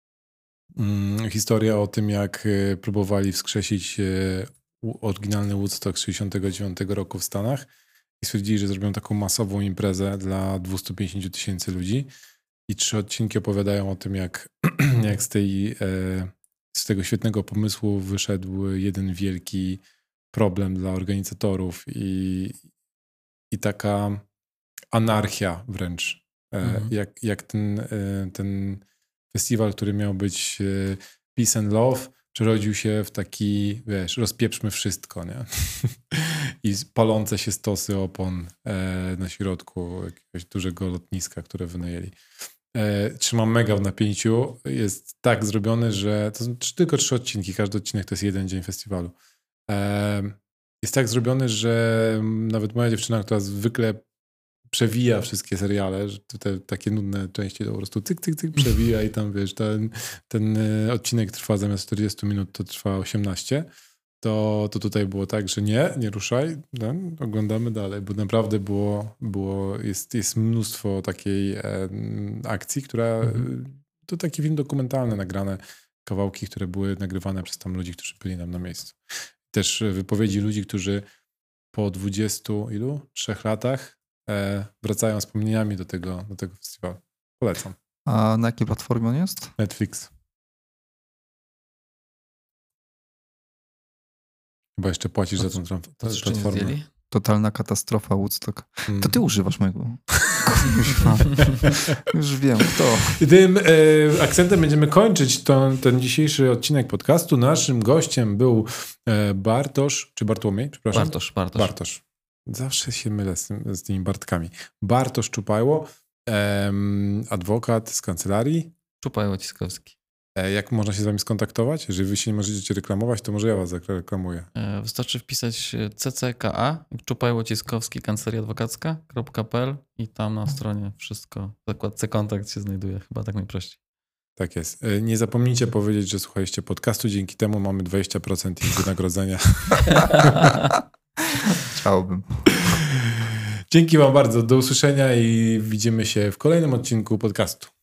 Mm, historia o tym, jak próbowali wskrzesić e, oryginalny Woodstock z sześćdziesiątego dziewiątego roku w Stanach i stwierdzili, że zrobią taką masową imprezę dla dwieście pięćdziesiąt tysięcy ludzi. I trzy odcinki opowiadają o tym, jak, jak z, tej, z tego świetnego pomysłu wyszedł jeden wielki problem dla organizatorów i, i taka anarchia wręcz. Mhm. Jak, jak ten, ten festiwal, który miał być Peace and Love, przerodził się w taki, wiesz, rozpieprzmy wszystko, nie? I palące się stosy opon na środku jakiegoś dużego lotniska, które wynajęli. Trzymam mega w napięciu. Jest tak zrobiony, że to są tylko trzy odcinki. Każdy odcinek to jest jeden dzień festiwalu. Jest tak zrobiony, że nawet moja dziewczyna, która zwykle przewija wszystkie seriale, że te takie nudne części to po prostu cyk, cyk, cyk przewija i tam wiesz, ten, ten odcinek trwa zamiast czterdzieści minut, to trwa osiemnaście. To, to tutaj było tak, że nie, nie ruszaj, no, oglądamy dalej, bo naprawdę było, było jest, jest mnóstwo takiej e, akcji, która mhm. to taki film dokumentalny, nagrane kawałki, które były nagrywane przez tam ludzi, którzy byli nam na miejscu. Też wypowiedzi ludzi, którzy po dwudziestu ilu? Trzech latach e, wracają wspomnieniami do tego, do tego festiwalu. Polecam. A na jakiej platformie on jest? Netflix. Chyba jeszcze płacisz za tą platformę. Totalna katastrofa Woodstock. Hmm. To ty używasz mojego. Już wiem, kto. Tym e, akcentem będziemy kończyć to, ten dzisiejszy odcinek podcastu. Naszym gościem był e, Bartosz, czy Bartłomiej? Przepraszam. Bartosz, Bartosz. Bartosz. Zawsze się mylę z, tym, z tymi Bartkami. Bartosz Czupajło, e, adwokat z kancelarii. Czupajło Ciskowski. Jak można się z wami skontaktować? Jeżeli wy się nie możecie reklamować, to może ja was zareklamuję. Wystarczy wpisać C C K A, Czupajło Ciskowski, kancelaria adwokacka kropka p l i tam na stronie wszystko, w zakładce kontakt się znajduje. Chyba tak najprościej. Tak jest. Nie zapomnijcie powiedzieć, że słuchaliście podcastu. Dzięki temu mamy dwadzieścia procent ich wynagrodzenia. Chciałbym. Dzięki wam bardzo. Do usłyszenia i widzimy się w kolejnym odcinku podcastu.